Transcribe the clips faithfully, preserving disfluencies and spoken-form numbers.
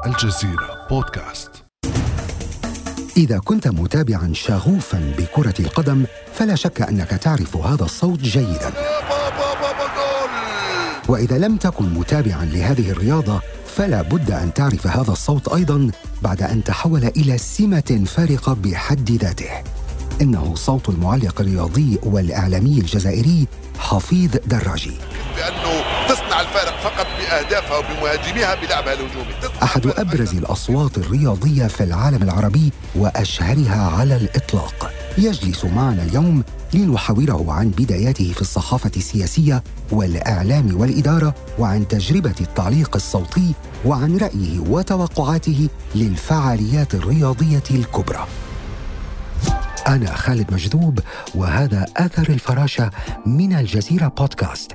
الجزيرة بودكاست. إذا كنت متابعاً شغوفاً بكرة القدم فلا شك أنك تعرف هذا الصوت جيداً. وإذا لم تكن متابعاً لهذه الرياضة فلا بد أن تعرف هذا الصوت أيضاً بعد أن تحول إلى سمة فارقة بحد ذاته. إنه صوت المعلق الرياضي والإعلامي الجزائري حفيظ دراجي، لأنه تصنع الفارق فقط بأهدافها وبمهاجميها بلعبها الهجومي. أحد أبرز الأصوات الرياضية في العالم العربي وأشهرها على الإطلاق، يجلس معنا اليوم لنحاوره عن بداياته في الصحافة السياسية والإعلام والإدارة، وعن تجربة التعليق الصوتي، وعن رأيه وتوقعاته للفعاليات الرياضية الكبرى. أنا خالد مجذوب، وهذا أثر الفراشة من الجزيرة بودكاست.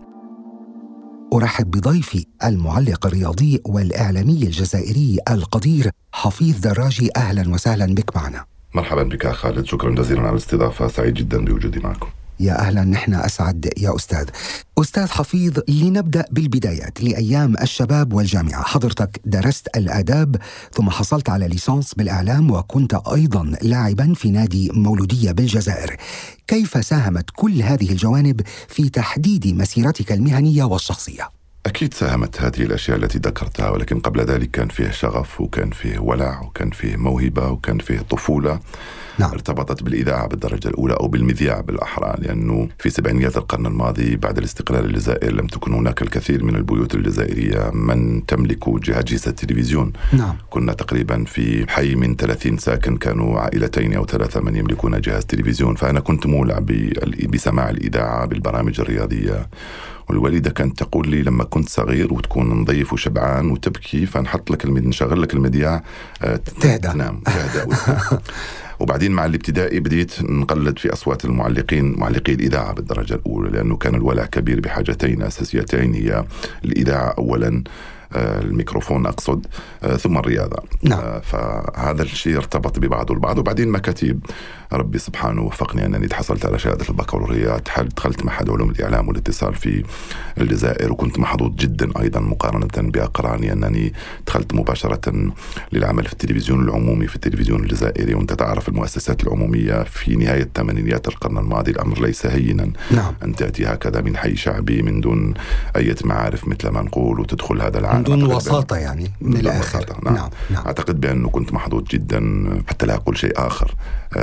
أرحب بضيفي المعلق الرياضي والإعلامي الجزائري القدير حفيظ دراجي. أهلا وسهلا بك معنا. مرحبا بك خالد، شكرا جزيلا على الاستضافة، سعيد جدا بوجودي معكم. يا أهلا، نحن أسعد يا أستاذ. أستاذ حفيظ، لنبدأ بالبدايات، لأيام الشباب والجامعة. حضرتك درست الآداب ثم حصلت على ليسانس بالإعلام، وكنت أيضا لاعبا في نادي مولودية بالجزائر. كيف ساهمت كل هذه الجوانب في تحديد مسيرتك المهنية والشخصية؟ أكيد ساهمت هذه الأشياء التي ذكرتها، ولكن قبل ذلك كان فيه شغف، وكان فيه ولع، وكان فيه موهبة، وكان فيه طفولة. نعم. ارتبطت بالإذاعة بالدرجة الأولى أو بالمذياع بالأحرى، لأنه في سبعينيات القرن الماضي بعد الاستقلال الجزائر لم تكن هناك الكثير من البيوت الجزائرية من تملك أجهزة تلفزيون. نعم. كنا تقريبا في حي من ثلاثين ساكن كانوا عائلتين أو ثلاثة من يملكون جهاز تلفزيون، فأنا كنت مولع بسماع الإذاعة بالبرامج الرياضية. والوالدة كانت تقول لي لما كنت صغير وتكون نظيف وشبعان وتبكي فنحط لك المد... نشغل لك المذياع تهدى تنام تهدى وبعدين مع الابتدائي بديت نقلد في أصوات المعلقين، معلقي الإذاعة بالدرجة الأولى، لأنه كان الولع كبير بحاجتين أساسيتين، هي الإذاعة أولا، الميكروفون أقصد، ثم الرياضة. نعم. فهذا الشيء ارتبط ببعضه البعض. وبعدين مكاتب ربي سبحانه وفقني أنني تحصلت على شهادة البكالوريا، دخلت معهد علوم الإعلام والاتصال في الجزائر، وكنت محظوظ جدا أيضا مقارنة بأقراني أنني دخلت مباشرة للعمل في التلفزيون العمومي في التلفزيون الجزائري. وأنت تعرف المؤسسات العمومية في نهاية ثمانينيات القرن الماضي الأمر ليس هينا. نعم. أن تأتي هكذا من حي شعبي من دون أي معارف مثل ما نقول وتدخل هذا العالم من دون وساطة، يعني من الآخر. نعم. نعم. نعم. أعتقد بأنه كنت محظوظ جدا، حتى لا أقول شيء آخر.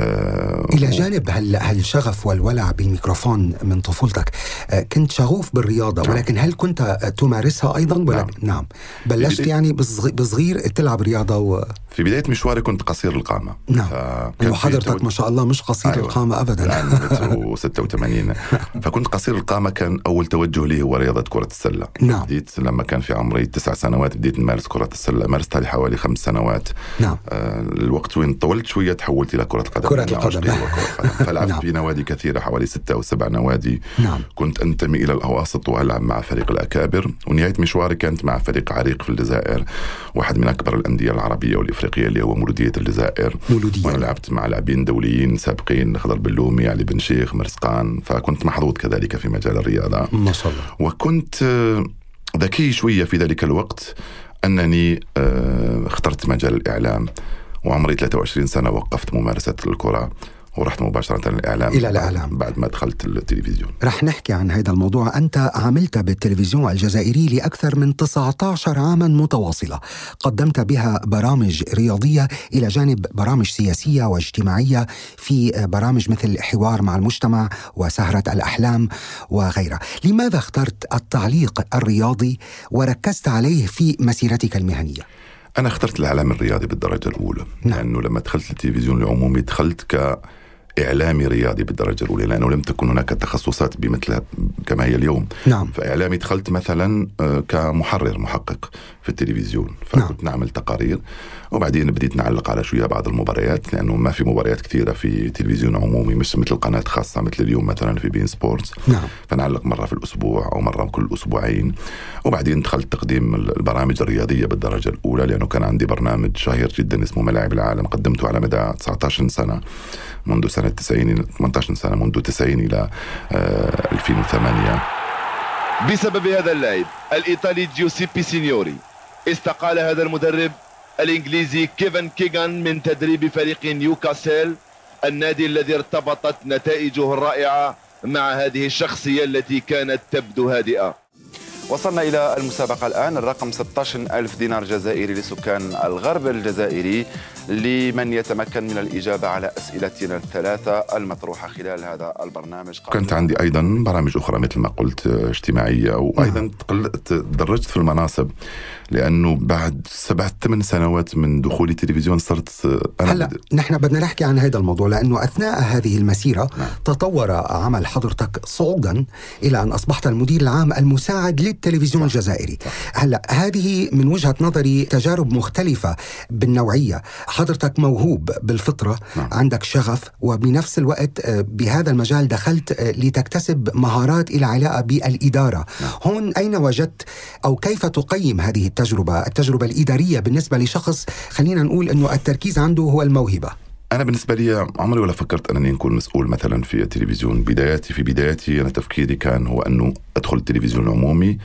أه إلى جانب هالشغف والولع بالميكروفون من طفولتك، أه كنت شغوف بالرياضة. نعم. ولكن هل كنت تمارسها أيضا؟ نعم. نعم. بلشت يعني بصغير تلعب رياضة و... في بداية مشواري كنت قصير القامة. نعم. وحضرتك ما شاء الله مش قصير. أيوة. القامة أبدا. يعني ستة وثمانين فكنت قصير القامة. كان أول توجه لي هو رياضة كرة السلة. نعم. بديت لما كان في عمري تسع سنوات بديت نمارس كرة السلة، مارستها لحوالي خمس سنوات. نعم. آه الوقت وين طولت شوية تحولت إلى كرة القدم. كرة القدم. فلعبت نعم. في نوادي كثيرة، حوالي ستة أو سبع نوادي. نعم. كنت أنتمي إلى الأواسط وألعب مع فريق الأكابر، ونهاية مشواري كانت مع فريق عريق في الجزائر، واحد من أكبر الأندية العربية والإفريقية اللي هو مولودية الجزائر. مولودية. وأنا لعبت مع لاعبين دوليين سابقين، خضر بلومي، علي بن شيخ، مرزقان، فكنت محظوظ كذلك في مجال الرياضة ما شاء الله. وكنت ذكي شوية في ذلك الوقت أنني اخترت مجال الإعلام، وعمري ثلاثة وعشرين سنة وقفت ممارسة الكرة ورحت مباشرة للإعلام إلى الإعلام بعد ما دخلت التلفزيون. رح نحكي عن هذا الموضوع. أنت عملت بالتلفزيون الجزائري لأكثر من تسعة عشر عاما متواصلة، قدمت بها برامج رياضية إلى جانب برامج سياسية واجتماعية، في برامج مثل حوار مع المجتمع وسهرة الأحلام وغيرها. لماذا اخترت التعليق الرياضي وركزت عليه في مسيرتك المهنية؟ أنا اخترت الإعلام الرياضي بالدرجة الأولى. نعم. لأنه لما دخلت التلفزيون العمومي دخلت ك إعلامي رياضي بالدرجة الأولى، لأنه لم تكن هناك تخصصات بمثل كما هي اليوم. نعم. فإعلامي دخلت مثلا كمحرر محقق في التلفزيون، فكنت نعم. نعمل تقارير، وبعدين بديت نعلق على شوية بعض المباريات، لأنه ما في مباريات كثيرة في تلفزيون عمومي، مش مثل قناة خاصة مثل اليوم مثلا في بين سبورتس. نعم. فنعلق مرة في الأسبوع أو مرة كل أسبوعين. وبعدين دخلت تقديم البرامج الرياضية بالدرجة الأولى، لأنه كان عندي برنامج شهير جدا اسمه ملاعب العالم، قدمته على مدى تسعة عشر سنة منذ سنة تسعين، ثمانية عشر سنة منذ تسعين إلى ألفين وثمانية. بسبب هذا اللاعب الإيطالي جيوسيبي سينيوري استقال هذا المدرب الإنجليزي كيفن كيغان من تدريب فريق نيوكاسل، النادي الذي ارتبطت نتائجه الرائعة مع هذه الشخصية التي كانت تبدو هادئة. وصلنا إلى المسابقة الآن. الرقم ستة عشر ألف دينار جزائري لسكان الغرب الجزائري لمن يتمكن من الإجابة على أسئلتنا الثلاثة المطروحة خلال هذا البرنامج. كانت عندي أيضا برامج أخرى مثل ما قلت اجتماعية، وأيضا تدرجت في المناصب، لأنه بعد سبعة ثمان سنوات من دخولي التلفزيون صرت أنا هلا بد... نحن بدنا نحكي عن هذا الموضوع، لأنه أثناء هذه المسيرة نعم. تطور عمل حضرتك صعودا إلى أن أصبحت المدير العام المساعد للتلفزيون صح. الجزائري. صح. هلا هذه من وجهة نظري تجارب مختلفة بالنوعية. حضرتك موهوب بالفطرة، نعم. عندك شغف، وبنفس الوقت بهذا المجال دخلت لتكتسب مهارات إلى علاقة بالإدارة. نعم. هون أين وجدت أو كيف تقيم هذه التجربة التجربة الإدارية بالنسبة لشخص خلينا نقول أنه التركيز عنده هو الموهبة؟ أنا بالنسبة لي عمري ولا فكرت أنني نكون مسؤول مثلا في التلفزيون. بداياتي في بداياتي أنا تفكيري كان هو أنه أدخل التلفزيون العمومي،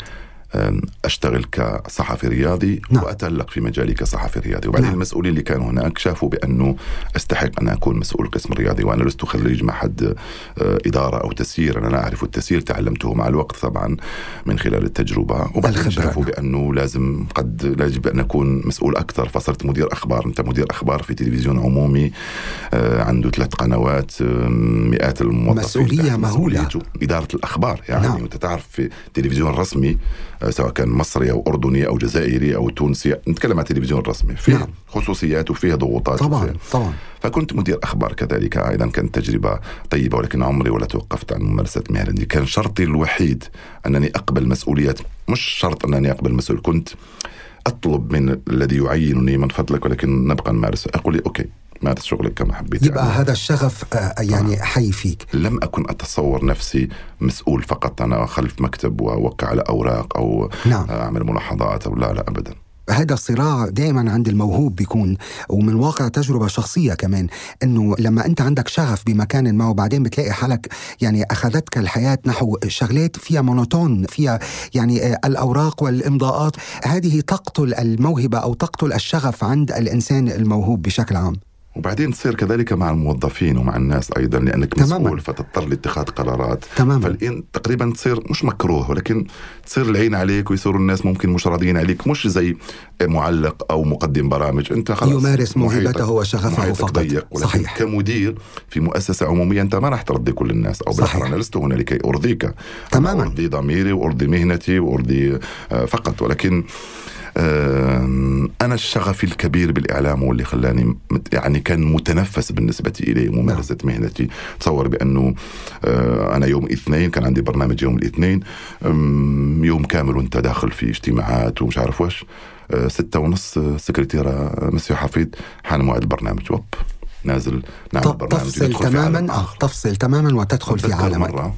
أشتغل كصحفي رياضي، نعم. وأتألق في مجالي كصحفي رياضي. وبعدين نعم. المسؤولين اللي كانوا هناك شافوا بأنه أستحق أن أكون مسؤول قسم رياضي، وأنا لست خريج معهد إدارة أو تسيير، أنا لا أعرف التسيير، تعلمته مع الوقت طبعا من خلال التجربة. وبعدين شافوا بأنه لازم قد يجب أن أكون مسؤول أكثر، فصرت مدير أخبار. أنت مدير أخبار في تلفزيون عمومي عنده ثلاث قنوات، مئات الموظفين، مسؤولية مهولة، إدارة الأخبار يعني. نعم. أنت تعرف في تلفزيون رسمي سواء كان مصري أو أردني أو جزائري أو تونسي، نتكلم عن تلفزيون رسمي، فيه نعم. خصوصيات وفيه ضغوطات طبعا وفيه. طبعا. فكنت مدير أخبار كذلك أيضا، كانت تجربة طيبة، ولكن عمري ولا توقفت عن ممارسة مهنتي. كان شرطي الوحيد أنني أقبل مسؤوليات، مش شرط أنني أقبل مسؤول، كنت أطلب من الذي يعينني من فضلك ولكن نبقى نمارس، أقول لي أوكي مارس شغلك كما حبيت. يبقى يعني هذا الشغف يعني آه. حي فيك. لم أكن أتصور نفسي مسؤول فقط أنا خلف مكتب وأوقع على أوراق أو نعم. أعمل ملاحظات أو لا لا أبدا. هذا الصراع دائما عند الموهوب بيكون، ومن واقع تجربة شخصية كمان، أنه لما أنت عندك شغف بمكان ما وبعدين بتلاقي حالك يعني أخذتك الحياة نحو شغلات فيها مونوتون، فيها يعني الأوراق والإمضاءات، هذه تقتل الموهبة أو تقتل الشغف عند الإنسان الموهوب بشكل عام. وبعدين تصير كذلك مع الموظفين ومع الناس أيضا، لأنك تماما. مسؤول فتضطر لاتخاذ قرارات تماما. فالإن تقريبا تصير مش مكروه، ولكن تصير العين عليك ويصيروا الناس ممكن مش راضيين عليك، مش زي معلق أو مقدم برامج، أنت خلاص يمارس موهبته وشغفه فقط. ضيق. ولكن صحيح. كمدير في مؤسسة عمومية أنت ما راح ترضي كل الناس، أو بالآخر أنا لست هنا لكي أرضيك، تماما. أرضي ضميري وأرضي مهنتي وأرضي فقط. ولكن أنا الشغف الكبير بالإعلام واللي خلاني يعني كان متنفس بالنسبة إلي ممارسة مهنتي. تصور بأنه أنا يوم الاثنين كان عندي برنامج يوم الاثنين، يوم كامل وانت داخل في اجتماعات ومش عارف وش، ستة ونص سكرتيرة مسيو حفيظ حان موعد البرنامج، وب نازل نعمل البرنامج. تفصل تماما آه. تفصل تماما وتدخل في عالمك. مرة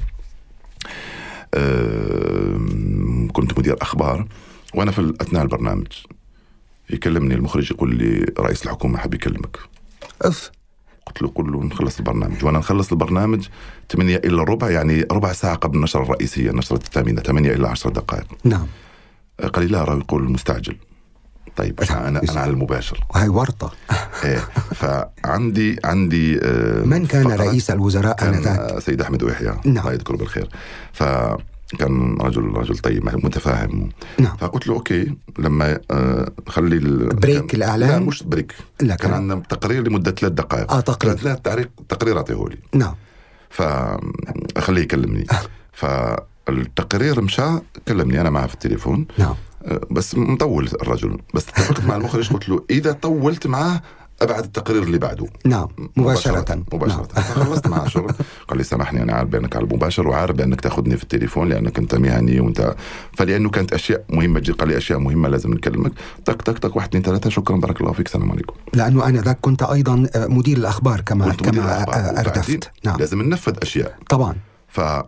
كنت مدير أخبار، وأنا في أثناء البرنامج يكلمني المخرج يقول لي رئيس الحكومة حاب يكلمك. أف قلت له قل له نخلص البرنامج، وأنا نخلص البرنامج ثمانية إلا ربع، يعني ربع ساعة قبل النشرة الرئيسية، النشرة الثامنة، ثمانية إلا عشر دقائق. نعم. قال لي لا راه يقول مستعجل. طيب أنا أنا, أنا على المباشر، وهي ورطة. إيه فعندي عندي آه من كان رئيس الوزراء آنذاك؟ سيد أحمد ويحيى نعم. الله يذكره بالخير. ف كان رجل رجل طيب متفاهم. نعم. فقلت له أوكي لما آه خلي بريك الإعلان. لا مش بريك، لا كان عندنا تقرير لمدة ثلاث دقائق. آه تقرير. ثلاث تقرير تقرير أعطيه لي. نعم. فأخليه يكلمني. آه. فالتقرير مشى كلمني أنا معه في التليفون. نعم. آه بس مطول الرجل، بس اتفقت مع المخرج قلت له إذا طولت معه أبعد التقرير اللي بعده. نعم مباشرة مباشرة. نعم. فخلصت معه شغل، قال لي سامحني أنا عارف بأنك على المباشر وعارف بأنك تأخذني في التليفون لأنك أنت مهني وأنت، فلأنه كانت أشياء مهمة جدا، قال لي أشياء مهمة لازم نكلمك. تك تك تك واحد اثنين ثلاثة، شكرا بارك الله فيك السلام عليكم. لأنه أنا ذاك كنت أيضا مدير الأخبار كما كما أردفت. نعم. لازم ننفذ أشياء طبعا. ف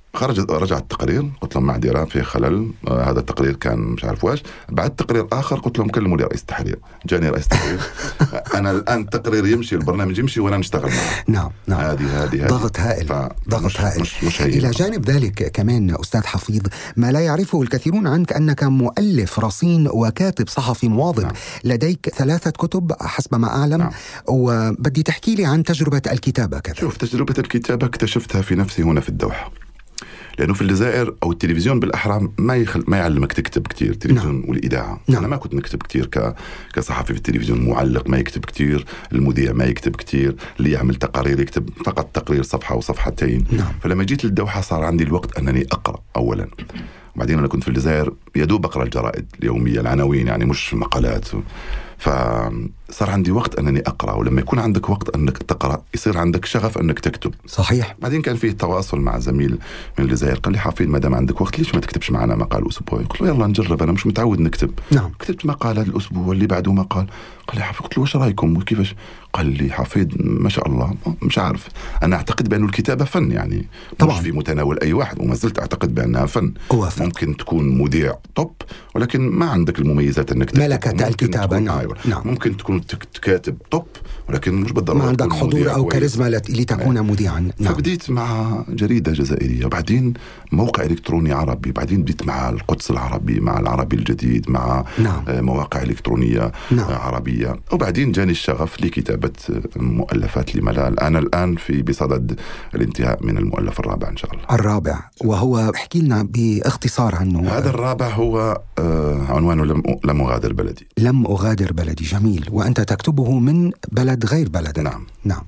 خرج رجع التقرير، قلت لهم معذرة في خلل، آه هذا التقرير كان مش عارف واش. بعد تقرير آخر قلت لهم كلموا لي رئيس التحرير، جاني رئيس التحرير. أنا الآن التقرير يمشي، البرنامج يمشي وأنا نشتغل معه. نعم نعم. هذه هذه ضغط هائل، ضغط مش هائل. مش مش إلى جانب ذلك كمان أستاذ حفيظ، ما لا يعرفه الكثيرون عنك أنك مؤلف رصين وكاتب صحفي مواظب. نعم. لديك ثلاثة كتب حسب ما أعلم. نعم. وبدي تحكي لي عن تجربة الكتابة كذا. شوف، تجربة الكتابة اكتشفتها في نفسي هنا في الدوحة، لأنه في الجزائر أو التلفزيون بالأحرى ما يخل... ما يعلمك تكتب كتير. التلفزيون نعم. والإذاعة. نعم. أنا ما كنت نكتب كتير ك... كصحفي في التلفزيون. معلق ما يكتب كتير، المذيع ما يكتب كتير، اللي يعمل تقارير يكتب فقط تقرير صفحة أو صفحتين. نعم. فلما جيت للدوحة صار عندي الوقت أنني أقرأ أولا، وبعدين أنا كنت في الجزائر يدوب أقرأ الجرائد اليومية، العناوين يعني مش مقالات. فصار عندي وقت أنني أقرأ، ولما يكون عندك وقت أنك تقرأ يصير عندك شغف أنك تكتب. صحيح. بعدين كان فيه تواصل مع زميل من الجزائر قال لي حفيظ ما دام عندك وقت ليش ما تكتبش معنا مقال أسبوعي؟ قلت له يلا نجرب، أنا مش متعود نكتب. نعم. كتبت مقال هذا الأسبوع واللي بعده مقال. قال لي حفيظ، قلت له وش رأيكم وكيفاش؟ قال لي حفيظ ما شاء الله، مش عارف، أنا أعتقد بأن الكتابة فن، يعني طبعا مش في متناول أي واحد، وما زلت أعتقد بأنها فن. فن. ممكن تكون مذيع توب ولكن ما عندك المميزات أنك تكتب. ملكة الكتابة. نعم. نعم. ممكن تكون كاتب توب ولكن مش بالضرورة ما عندك حضور أو كاريزما لتكون نعم. مذيعا. نعم. فبديت مع جريدة جزائرية، بعدين موقع إلكتروني عربي، بعدين بديت مع القدس العربي، مع العربي الجديد، مع نعم. مواقع إلكترونية نعم. عربية، وبعدين جاني الشغف لكتابة مؤلفات. لما لا، أنا الآن في بصدد الانتهاء من المؤلف الرابع إن شاء الله. الرابع، وهو احكي لنا باختصار عنه. هذا الرابع هو آه عنوانه لم لم أغادر بلدي. لم أغادر بلدي، جميل. وأنت تكتبه من بلد غير بلدك. نعم نعم.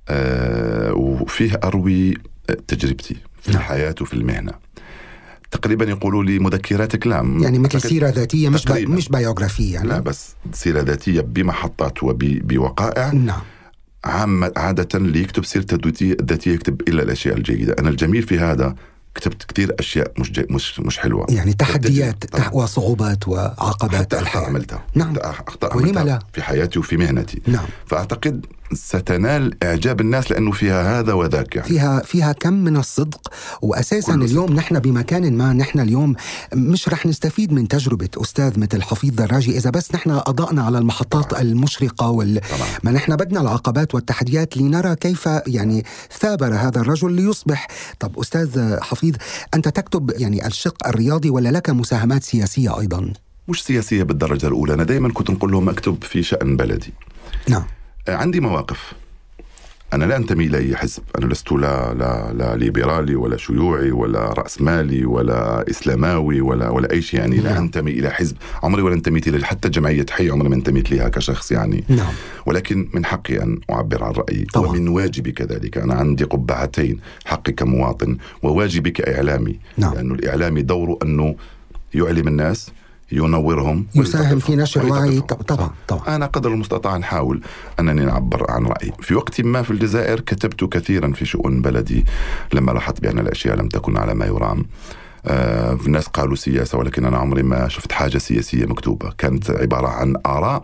آه وفيه أروي تجربتي في نعم. الحياة وفي المهنة. تقريبا يقولوا لي مذكرات كلام، يعني مثل سيرة ذاتية، مش با... مش بايوغرافية يعني. لا بس سيرة ذاتية بمحطات وبوقائع. نعم. عامة عادة اللي يكتب سيرته الذاتية يكتب إلا الأشياء الجيدة. أنا الجميل في هذا كتبت كتير أشياء مش جي مش مش حلوة، يعني تحديات تح... وصعوبات وعقبات الحياة. عملتها. نعم. أخطاء عملتها في حياتي وفي مهنتي. نعم. فأعتقد ستنال إعجاب الناس لأنه فيها هذا وذاك، يعني فيها فيها كم من الصدق. وأساسا اليوم صدق. نحن بمكان ما، نحن اليوم مش رح نستفيد من تجربة أستاذ مثل حفيظ دراجي إذا بس نحن أضأنا على المحطات طبعا. المشرقة وال... ما نحن بدنا العقبات والتحديات لنرى كيف يعني ثابر هذا الرجل ليصبح. طب أستاذ حفيظ، أنت تكتب يعني الشق الرياضي ولا لك مساهمات سياسية أيضا؟ مش سياسية بالدرجة الأولى، أنا دايما كنت نقول لهم أكتب في شأن بلدي. نعم. عندي مواقف، أنا لا أنتمي إلى حزب، أنا لست لا لا لا ليبرالي ولا شيوعي ولا رأسمالي ولا إسلاماوي ولا ولا أي شيء، يعني لا نعم. أنتمي إلى حزب، عمري ولا انتميت إلى حتى جمعية حي عمري ما انتميت لها كشخص يعني. نعم. ولكن من حقي أن أعبر عن رأيي طبعا. ومن واجبي كذلك، أنا عندي قبعتين، حقي كمواطن وواجبي كإعلامي. نعم. لأنه الإعلامي دوره أنه يعلم الناس، ينورهم، يساهم في نشر وعي. طبعا طبعا أنا قدر المستطاع نحاول أنني نعبر عن رأيي. في وقت ما في الجزائر كتبت كثيرا في شؤون بلدي لما لاحظت بأن الأشياء لم تكن على ما يرام. آه الناس قالوا سياسة، ولكن أنا عمري ما شفت حاجة سياسية مكتوبة، كانت عبارة عن آراء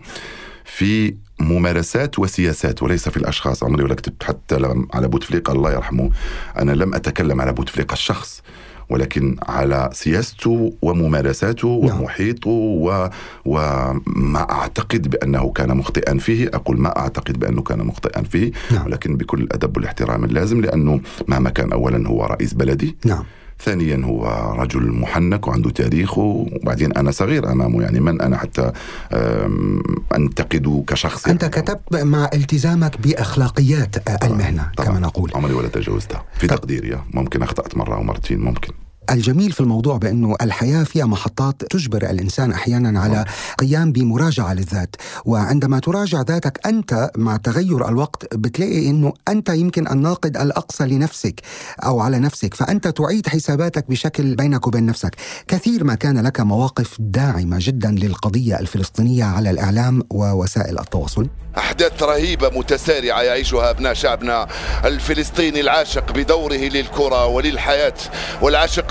في ممارسات وسياسات وليس في الأشخاص. عمري ولا كتبت حتى على بوتفليقة الله يرحمه، أنا لم أتكلم على بوتفليقة الشخص ولكن على سياسته وممارساته نعم. ومحيطه و... وما أعتقد بأنه كان مخطئا فيه. أقول ما أعتقد بأنه كان مخطئا فيه نعم. ولكن بكل الأدب والاحترام اللازم، لأنه مهما كان أولا هو رئيس بلدي نعم. ثانيا هو رجل محنك وعنده تاريخه، وبعدين أنا صغير أمامه، يعني من أنا حتى أنتقده كشخص. أنت يعني كتبت مع التزامك بأخلاقيات المهنة طبعا. كما نقول عمري ولا تجاوزتها في طب. تقديري ممكن أخطأت مرة أو مرتين ممكن. الجميل في الموضوع بأنه الحياة فيها محطات تجبر الإنسان أحيانا على قيام بمراجعة للذات، وعندما تراجع ذاتك أنت مع تغير الوقت بتلاقي أنه أنت يمكن الناقد الأقصى لنفسك أو على نفسك، فأنت تعيد حساباتك بشكل بينك وبين نفسك. كثير ما كان لك مواقف داعمة جدا للقضية الفلسطينية على الإعلام ووسائل التواصل. أحداث رهيبة متسارعة يعيشها أبناء شعبنا الفلسطيني العاشق بدوره للكرة وللحياة والعاشق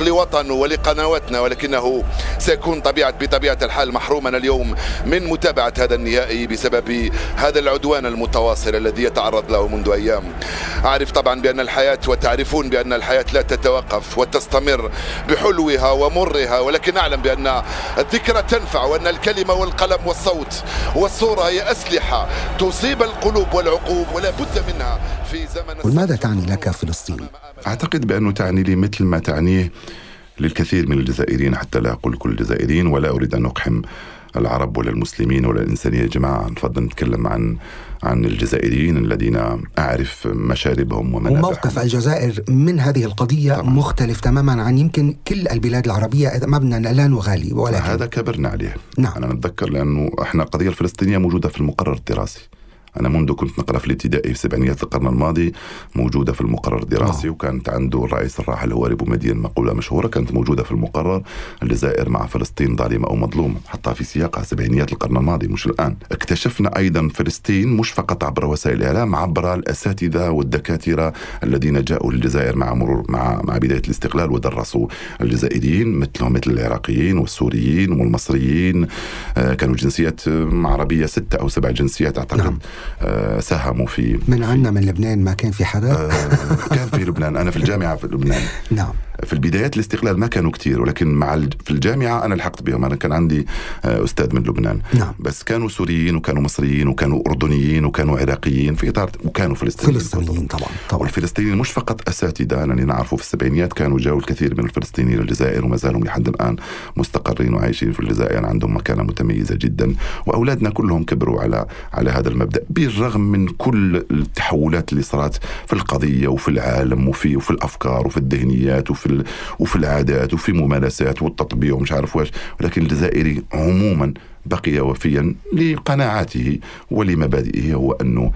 يشق لوطنه ولقنواتنا، ولكنه سيكون طبيعة بطبيعة الحال محروما اليوم من متابعة هذا النهائي بسبب هذا العدوان المتواصل الذي يتعرض له منذ أيام. أعرف طبعا بأن الحياة، وتعرفون بأن الحياة لا تتوقف وتستمر بحلوها ومرها، ولكن أعلم بأن الذكرى تنفع، وأن الكلمة والقلم والصوت والصورة هي أسلحة تصيب القلوب والعقول ولا بد منها في زمن. وماذا تعني لك فلسطين؟ أعتقد بأنه تعني لي مثل ما تعنيه للكثير من الجزائريين، حتى لا أقول كل الجزائريين، ولا أريد أن أقحم العرب ولا المسلمين ولا الإنسانية يا جماعة. نفضل نتكلم عن عن الجزائريين الذين أعرف مشاربهم ومنابعهم. وموقف الجزائر من هذه القضية طبعا مختلف تماما عن يمكن كل البلاد العربية، مبنى لا نغالي، ولكن هذا كبرنا عليه. نعم. أنا نتذكر لأنه إحنا القضية الفلسطينية موجودة في المقرر الدراسي. أنا منذ كنت نقرأ في الابتدائي في سبعينيات القرن الماضي موجودة في المقرر الدراسي. أوه. وكانت عنده الرئيس الراحل هو أبو مدين مقولة مشهورة كانت موجودة في المقرر: الجزائر مع فلسطين ظالمة أو مظلومة، حتى في سياقها سبعينيات القرن الماضي مش الآن. اكتشفنا أيضا فلسطين مش فقط عبر وسائل الإعلام، عبر الأساتذة والدكاترة الذين جاءوا للجزائر مع مرور مع مع بداية الاستقلال ودرسوا الجزائريين مثلهم مثل العراقيين والسوريين والمصريين. آه كانوا جنسيات عربية ستة أو سبع جنسيات أعتقد. نعم. آه ساهموا في من عنا من لبنان ما كان في حدا. آه كان في لبنان، أنا في الجامعة في لبنان. نعم. في البدايات الاستقلال ما كانوا كتير، ولكن مع في الجامعة أنا لحقت بهم. أنا كان عندي آه أستاذ من لبنان. نعم. بس كانوا سوريين وكانوا مصريين وكانوا أردنيين وكانوا عراقيين في إطار، وكانوا فلسطينيين. فلسطينيين طبعا طبعا. والفلسطينيين مش فقط أساتذة، أنا نعرفه في السبعينيات كانوا جاءوا الكثير من الفلسطينيين للجزائر وما زالوا لحد الآن مستقرين وعايشين في الجزائر، عندهم مكانة متميزة جدا، وأولادنا كلهم كبروا على على هذا المبدأ، بالرغم من كل التحولات اللي صارت في القضية وفي العالم وفي وفي الأفكار وفي الذهنيات وفي وفي العادات وفي ممارسات والتطبيع ومش عارف واش. ولكن الجزائري عموما بقي وفيا لقناعاته ولمبادئه، هو أنه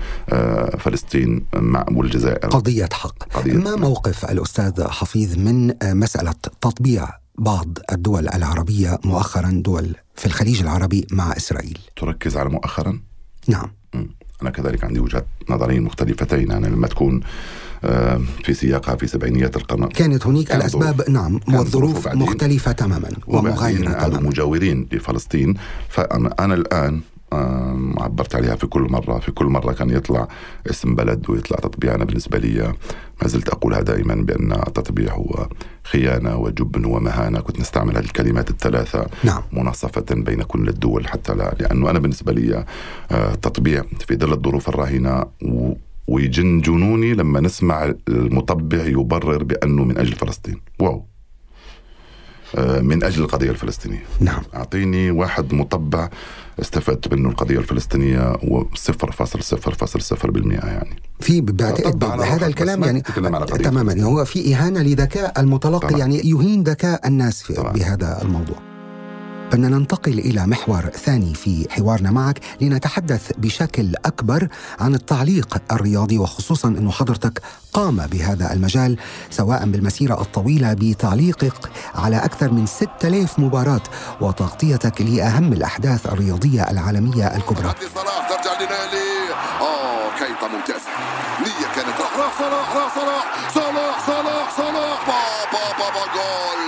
فلسطين والجزائر قضية حق. قضية ما حق. موقف الأستاذ حفيظ من مسألة تطبيع بعض الدول العربية مؤخرا، دول في الخليج العربي، مع إسرائيل؟ تركز على مؤخرا؟ نعم. أنا كذلك عندي وجهات نظرين مختلفتين. أنا لما تكون في سياقها في سبعينيات القرن كانت هناك كان الأسباب نعم والظروف مختلفة تماما ومغايرة تماما، مجاورين لفلسطين. فأنا أنا الآن عبرت عليها في كل مرة في كل مرة كان يطلع اسم بلد ويطلع تطبيع. أنا بالنسبة لي ما زلت أقولها دائما بأن التطبيع هو خيانة وجبن ومهانة. كنت نستعمل هذه الكلمات الثلاثة نعم. مناصفة بين كل الدول، حتى لا لأنه أنا بالنسبة لي التطبيع في ظل الظروف الراهنة و ويجن جنوني لما نسمع المطبع يبرر بأنه من أجل فلسطين. واو، من أجل القضية الفلسطينية. نعم. أعطيني واحد مطبع استفدت منه القضية الفلسطينية وصفر فاصل صفر فاصل صفر بالمئة. يعني في بعتقد هذا الكلام يعني تماما هو في إهانة لذكاء المتلقي طبعا. يعني يهين ذكاء الناس في بهذا الموضوع. بدنا ننتقل إلى محور ثاني في حوارنا معك لنتحدث بشكل أكبر عن التعليق الرياضي، وخصوصا أنه حضرتك قام بهذا المجال سواء بالمسيرة الطويلة بتعليقك على أكثر من ستة آلاف مباراة وتغطيتك لأهم الأحداث الرياضية العالمية الكبرى. صلاح ترجع لنالي. آه كيطة ممتازة، نية كانت راح صلاح راح صلاح صلاح صلاح صلاح بابا بابا جول.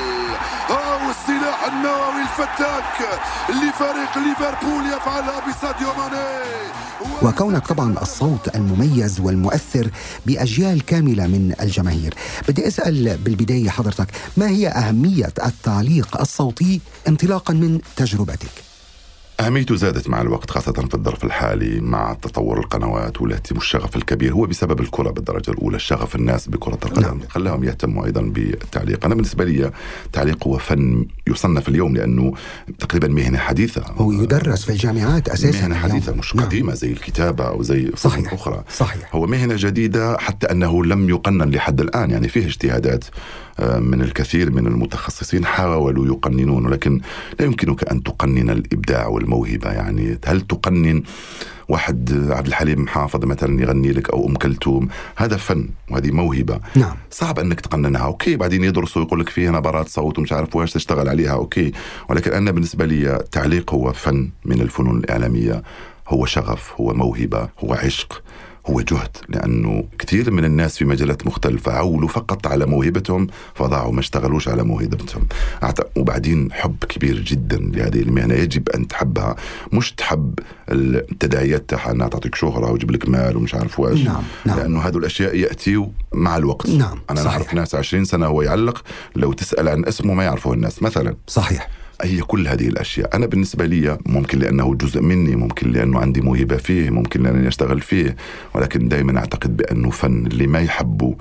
ها والسلاح النووي الفتاك لفريق ليفربول يفعلها بساديو ماني. وكونك طبعا الصوت المميز والمؤثر بأجيال كاملة من الجماهير، بدي أسأل بالبداية حضرتك ما هي أهمية التعليق الصوتي انطلاقا من تجربتك؟ أهميته زادت مع الوقت، خاصة في الظرف الحالي مع تطور القنوات والشغف الكبير. هو بسبب الكرة بالدرجة الأولى، الشغف الناس بكرة القدم نعم. خلاهم يهتموا أيضا بالتعليق. أنا بالنسبة لي التعليق هو فن يصنف اليوم لأنه تقريبا مهنة حديثة، هو يدرس في الجامعات أساسا، مهنة حديثة اليوم. مش قديمة نعم. زي الكتابة أو زي صحيح. أخرى صحيح. هو مهنة جديدة، حتى أنه لم يقنن لحد الآن. يعني فيه اجتهادات من الكثير من المتخصصين حاولوا يقننون، ولكن لا يمكنك أن تقنن الإبداع والموهبة. يعني هل تقنن واحد عبد الحليم حافظ مثلا يغني لك أو أم كلثوم؟ هذا فن وهذه موهبة نعم. صعب أنك تقننها. أوكي بعدين يدرسوا يقول لك فيها نبرات صوت ومش عارف واش تشتغل عليها، أوكي، ولكن أنا بالنسبة لي التعليق هو فن من الفنون الإعلامية، هو شغف، هو موهبة، هو عشق، هو جهد، لأنه كثير من الناس في مجالات مختلفة عولوا فقط على موهبتهم فضاعوا، ما اشتغلوش على موهبتهم. وبعدين حب كبير جدا لهذه المهنة، يجب أن تحبها، مش تحب التداعيات تاعها أنها تعطيك شهرة ويجيب لك مال ومش عارف واش. نعم. نعم. لأنه هذه الأشياء يأتي مع الوقت. نعم. أنا صحيح. نعرف ناس عشرين سنة هو يعلق، لو تسأل عن اسمه ما يعرفه الناس مثلا. صحيح. هي كل هذه الأشياء أنا بالنسبة لي ممكن لأنه جزء مني، ممكن لأنه عندي موهبة فيه، ممكن لأنني أشتغل فيه، ولكن دائما أعتقد بأنه فن اللي ما يحبه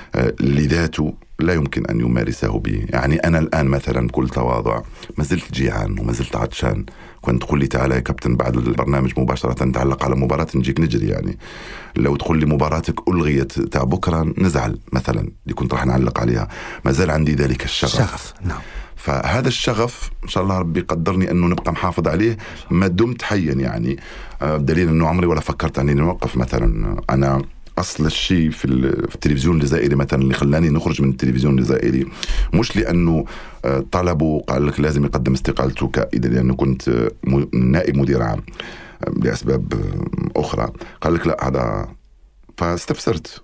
لذاته لا يمكن أن يمارسه به. يعني أنا الآن مثلا بكل تواضع ما زلت جيعان وما زلت عطشان، كنت تقول لي تعالى يا كابتن بعد البرنامج مباشرة نتعلق على مباراة نجيك نجري. يعني لو تقول لي مباراتك ألغيت تاع بكرة نزعل مثلا اللي كنت راح نعلق عليها. ما زال عندي ذلك الشغف. شغف. نعم. فهذا الشغف إن شاء الله ربي قدرني أنه نبقى محافظ عليه ما دمت حيا. يعني دليل أنه عمري ولا فكرت أني نوقف. مثلا أنا أصل الشيء في التلفزيون الجزائري مثلا اللي خلاني نخرج من التلفزيون الجزائري مش لأنه طلبوا قال لك لازم يقدم استقالته كائدا، لأنه كنت نائب مدير عام لأسباب أخرى. قال لك لا هذا، فاستفسرت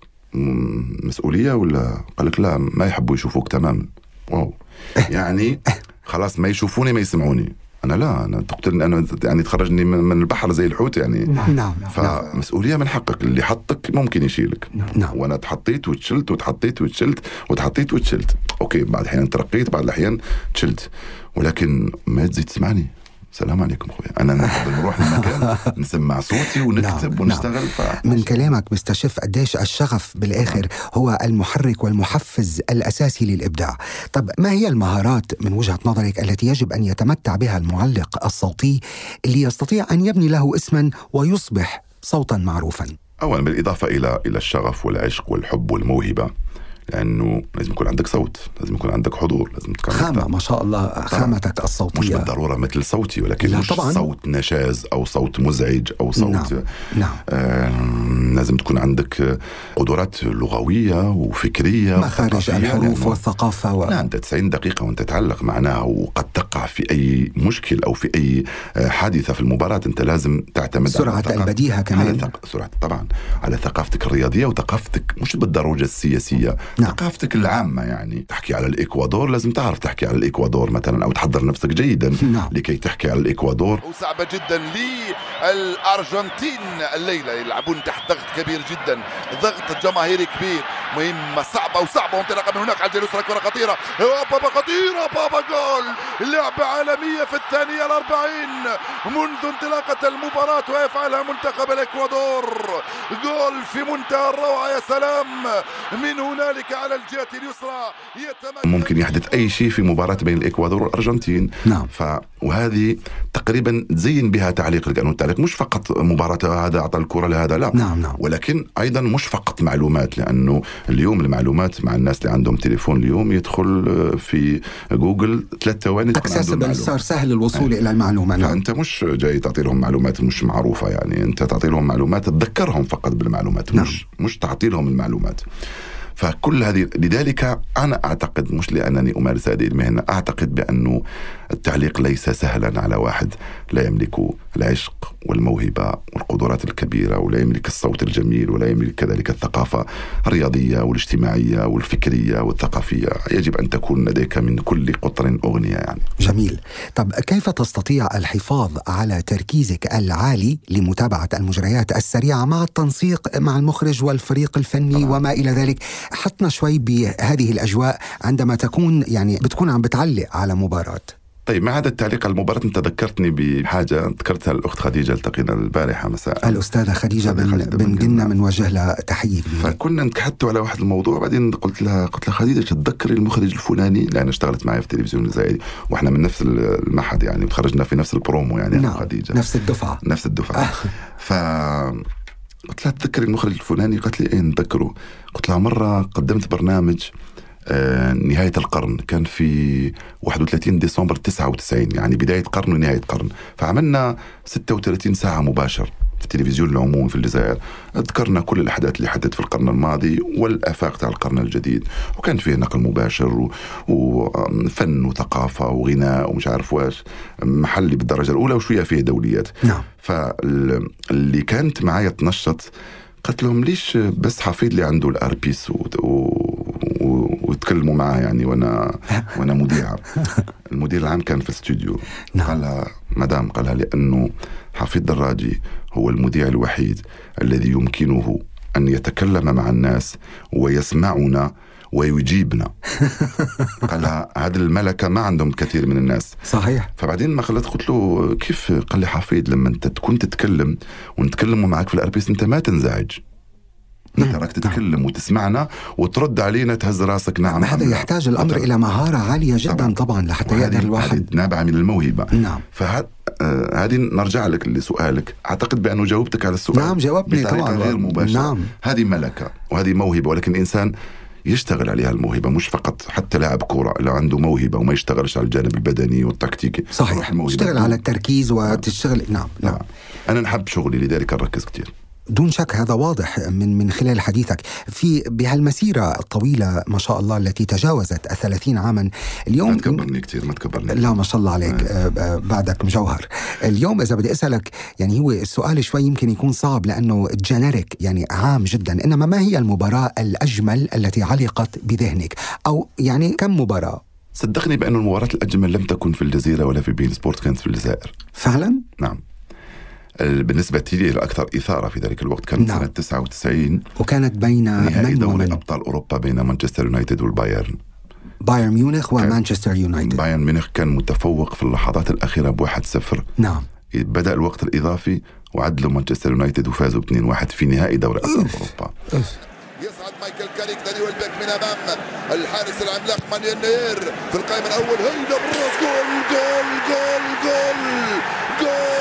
مسؤولية ولا؟ قال لك لا ما يحبوا يشوفوك تماما. واو. يعني خلاص ما يشوفوني ما يسمعوني. أنا لا، أنا تقتلني أنا، يعني تخرجني من البحر زي الحوت يعني. نعم. فمسؤولية من حقك، اللي حطك ممكن يشيلك. نعم. وأنا تحطيت وتشلت وتحطيت وتشلت وتحطيت وتشلت. أوكي بعض الأحيان ترقيت بعض الأحيان تشلت، ولكن ما تزيد تسمعني. السلام عليكم خويا، أنا نروح المكان نسمع صوتي ونكتب. نعم. ونشتغل. نعم. ف... من كلامك بستشف قديش الشغف بالآخر نعم. هو المحرك والمحفز الأساسي للإبداع. طب ما هي المهارات من وجهة نظرك التي يجب أن يتمتع بها المعلق الصوتي اللي يستطيع أن يبني له اسما ويصبح صوتا معروفا؟ أولا بالإضافة إلى إلى الشغف والعشق والحب والموهبة، لأنه لازم يكون عندك صوت، لازم يكون عندك حضور، لازم تكون خامة. ما شاء الله خامتك الصوتية مش بالضرورة مثل صوتي، ولكن مش طبعاً. صوت نشاز أو صوت مزعج أو صوت. نعم. نعم. آه لازم تكون عندك قدرات لغوية وفكرية مخارج الحروف والثقافة و... لا أنت تسعين دقيقة وأنت تعلق معناها، وقد تقع في أي مشكل أو في أي حادثة في المباراة. أنت لازم تعتمد سرعة على البديهة كمان، على ثق... سرعة طبعا على ثقافتك الرياضية وثقافتك مش بالدرجة السياسية. نعم. ثقافتك العامة. يعني تحكي على الإكوادور لازم تعرف تحكي على الإكوادور مثلا، أو تحضر نفسك جيدا. نعم. لكي تحكي على الإكوادور. وصعبة جدا للأرجنتين الليلة، يلعبون تحت ضغط كبير جدا، ضغط جماهيري كبير. مهمة صعبة وصعبة، وانطلاقة من هناك على الجلوس، كرة خطيرة بابا خطيرة بابا جول. لعبة عالمية في الثانية الأربعين منذ انطلاقة المباراة ويفعلها منتخب الإكوادور. جول في منتهى الروعة. يا سلام. من هنالك على الجهة اليسرى يتمكن. ممكن يحدث أي شيء في مباراة بين الإكوادور والأرجنتين. نعم. ف... وهذه تقريبا تزين بها تعليق، لأنه التعليق مش فقط مباراة هذا أعطى الكرة لهذا، لا. نعم. نعم. ولكن أيضا مش فقط معلومات، لأنه اليوم المعلومات مع الناس اللي عندهم تليفون اليوم يدخل في جوجل ثلاث ثواني أكسسبل، صار سهل الوصول أي. إلى المعلومة. نعم. فأنت مش جاي تعطي لهم معلومات مش معروفة، يعني أنت تعطي لهم معلومات تذكرهم فقط بالمعلومات. نعم. مش مش تعطي لهم المعلومات. فكل هذه، لذلك أنا أعتقد مش لأنني أمارس هذه المهنة، أعتقد بأنه التعليق ليس سهلا على واحد لا يملك العشق والموهبة والقدرات الكبيرة، ولا يملك الصوت الجميل، ولا يملك كذلك الثقافة الرياضية والاجتماعية والفكرية والثقافية. يجب أن تكون لديك من كل قطر أغنية. يعني جميل. طب كيف تستطيع الحفاظ على تركيزك العالي لمتابعة المجريات السريعة مع التنسيق مع المخرج والفريق الفني طبعا. وما إلى ذلك؟ حطنا شوي بهذه الأجواء عندما تكون يعني بتكون عم بتعلق على مباراة. طيب مع هذا التعليق على المباراة انت ذكرتني بحاجة ذكرتها الأخت خديجة، التقينا البارحة مساء، الأستاذة خديجة بن, بن جنة، من وجه لها تحية كبيرة. فكنا نتحدثوا على واحد الموضوع، بعدين قلت لها قلت لها خديجة تتذكري المخرج الفلاني، لأن اشتغلت معي في التلفزيون الجزائري واحنا من نفس المعهد يعني، وتخرجنا في نفس البرومو يعني. نعم. خديجة نفس الدفعة نفس الدفعة. ف قلت لها تذكري المخرج الفلاني؟ قالت لي ايه نذكره. قلت لها مرة قدمت برنامج آه نهاية القرن، كان في واحد وثلاثين ديسمبر تسعة وتسعين، يعني بداية قرن ونهاية قرن، فعملنا ستة وثلاثين ساعة مباشر في التلفزيون العمومي في الجزائر. ذكرنا كل الأحداث اللي حدثت في القرن الماضي والآفاق تاع القرن الجديد، وكان فيه نقل مباشر وفن وثقافة وغناء ومش عارف واش، محلي بالدرجة الأولى وشوية فيه دوليات. نعم. فاللي كانت معايا تنشط قلت لهم ليش بس حفيد اللي عنده الاربيس و... و... ويتكلموا معاه يعني وانا وانا مذيعه. المدير العام كان في الاستوديو. نعم. قالها مدام، قالها لانه حفيد دراجي هو المذيع الوحيد الذي يمكنه ان يتكلم مع الناس ويسمعنا ويجيبنا. قالها هذه الملكة ما عندهم كثير من الناس. صحيح. فبعدين ما خلت قلت له كيف؟ قال لي حفيد لما انت تكون تتكلم ونتكلموا معك في الاربيس انت ما تنزعج، انت راك تتكلم وتسمعنا وترد علينا تهز راسك نعم. هذا يحتاج الامر طبعا الى مهارة عالية جدا طبعا, طبعا لحتى يقدر الواحد. نابعة من الموهبة. نعم. فهذا آه هذه نرجع لك لسؤالك، اعتقد بانه جاوبتك على السؤال. نعم جاوبني طبعا غير مباشرة. نعم. هذه ملكة وهذه موهبة، ولكن الانسان يشتغل عليها الموهبة، مش فقط حتى لاعب كورة لو عنده موهبة وما يشتغلش على الجانب البدني والتكتيكي. صحيح. تشتغل على التركيز وتشتغل. نعم. نعم. نعم. أنا نحب شغلي لذلك نركز كتير. دون شك هذا واضح من من خلال حديثك في بهالمسيرة الطويلة ما شاء الله التي تجاوزت الثلاثين عاما. اليوم ما تكبرني كتير، ما تكبرني. لا ما شاء الله عليك. آه. بعدك مجوهر. اليوم إذا بدي أسألك يعني هو السؤال شوي يمكن يكون صعب لأنه جينيريك يعني عام جدا، إنما ما هي المباراة الأجمل التي علقت بذهنك؟ أو يعني كم مباراة؟ صدقني بأن المباراة الأجمل لم تكن في الجزيرة ولا في بين سبورت، كانت في الجزائر. فعلا؟ نعم. بالنسبة لي الأكثر إثارة في ذلك الوقت كانت نعم. سنة تسعة وتسعين، وكانت بين نهائي من دوري ومن؟ أبطال أوروبا بين مانشستر يونايتد والبايرن. بايرن ميونخ ومانشستر يونايتد. بايرن ميونخ كان متفوق في اللحظات الأخيرة بواحد صفر. نعم. بدأ الوقت الإضافي وعدلوا مانشستر يونايتد وفازوا باثنين واحد في نهائي دوري أبطال أوروبا. يصعد مايكل كاريك داني ويلبك من أمام الحارس العملاق مانويل نوير في القائم الأول. هيدا بالراس، جول جول جول جول جول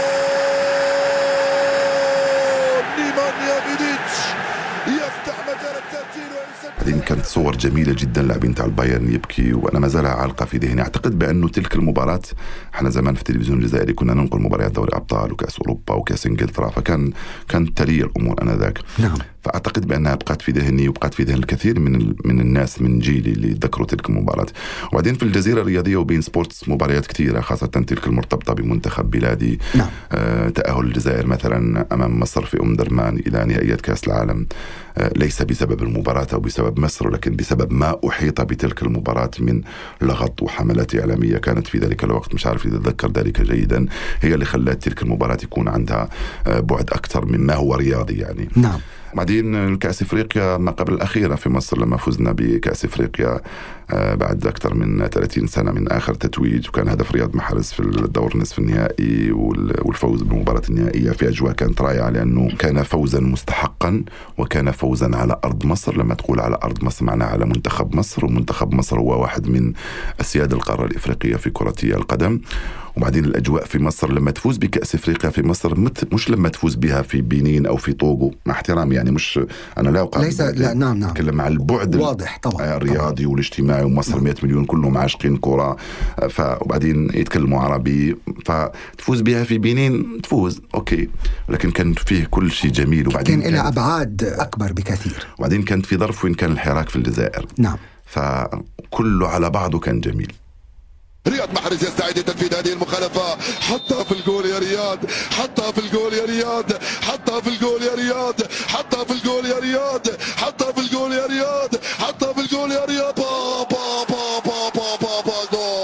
نيمانيا فيديتش يفتح مجال التسجيل ويسجل. بعدين كانت صور جميلة جدا لاعبين تاع البايرن يبكي، وأنا ما زالها عالقة في ذهني. أعتقد بأنه تلك المباراة، احنا زمان في التلفزيون الجزائري كنا ننقل مباريات دوري أبطال وكأس أوروبا وكأس إنجلترا، فكان كانت تري الأمور أنذاك. نعم. فأعتقد بأنها بقت في ذهني وبقت في ذهن الكثير من من الناس من جيلي اللي ذكروا تلك المباراة. وبعدين في الجزيرة الرياضية وبين سبورتس مباريات كثيرة، خاصة تلك المرتبطة بمنتخب بلادي. نعم. آه تأهل الجزائر مثلا أمام مصر في أم درمان إلى نهائيات كأس العالم، آه ليس بسبب المباراة أو بسبب مصر، ولكن بسبب ما أحيط بتلك المباراة من لغط وحملات إعلامية كانت في ذلك الوقت، مش عارف إذا أتذكر ذلك جيدا، هي اللي خلت تلك المباراة يكون عندها آه بعد أكثر مما هو رياضي يعني. نعم. بعدين الكأس إفريقيا ما قبل الأخيرة في مصر لما فزنا بكأس إفريقيا بعد أكثر من ثلاثين سنة من آخر تتويج، وكان هدف رياض محرز في الدور نصف النهائي والفوز بالمباراة النهائية في أجواء كانت رائعة، لأنه كان فوزا مستحقا وكان فوزا على أرض مصر. لما تقول على أرض مصر معناها على منتخب مصر، ومنتخب مصر هو واحد من أسياد القارة الإفريقية في كرة القدم. وبعدين الأجواء في مصر لما تفوز بكأس إفريقيا في مصر مش لما تفوز بها في بنين أو في طوغو، مع احترامي يعني، مش أنا لا أقع ليس لا نعم نعم أتكلم عن البعد واضح طبعا الرياضي طبعا. والاجتماعي، ومصر نعم. مئة مليون كلهم عاشقين كرة، ف وبعدين يتكلموا عربي، فتفوز بها في بنين تفوز أوكي، لكن كان فيه كل شيء جميل. وبعدين كان إلى أبعاد أكبر بكثير. وبعدين كانت في ظرف وين كان الحراك في الجزائر. نعم. فكله على بعضه كان جميل. رياض محرز يستعد لتنفيذ هذه المخالفة، حطها في الجول يا رياض، حطها في الجول يا رياض، حطها في الجول يا رياض، حطها في الجول يا رياض، حطها في الجول يا رياض، حطها في الجول يا رياض. با با با با با با با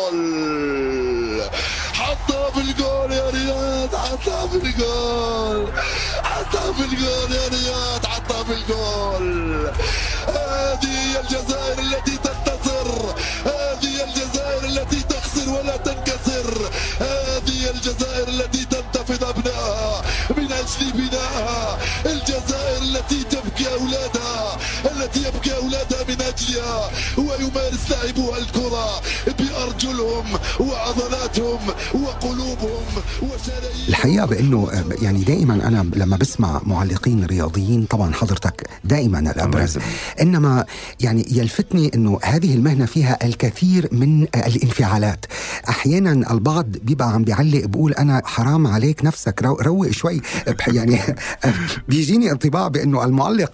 جول، حطها في الجول يا رياض، حطها في الجول، حطها في الجول يا رياض، حطها في الجول. هذه هي الجزائر التي تنتصر، هذه الجزائر التي تخسر ولا تنكسر، هذه الجزائر التي تنتفض أبنائها من أجل بنائها، الجزائر التي تبكي أولادها، التي يبكي أولادها من أجلها، ويمارس لاعبوها الكرة بأرجلهم وعضلاتهم وقلوبهم وشرايينهم. الحقيقة بأنه يعني دائما أنا لما بسمع معلقين رياضيين، طبعا حضرتك دائما الأبرز، إنما يعني يلفتني أنه هذه المهنة فيها الكثير من الانفعالات. أحيانا البعض بيبقى عم بيعلق بقول أنا حرام عليك نفسك روق شوي، يعني بيجيني انطباع بأنه المعلق نفسه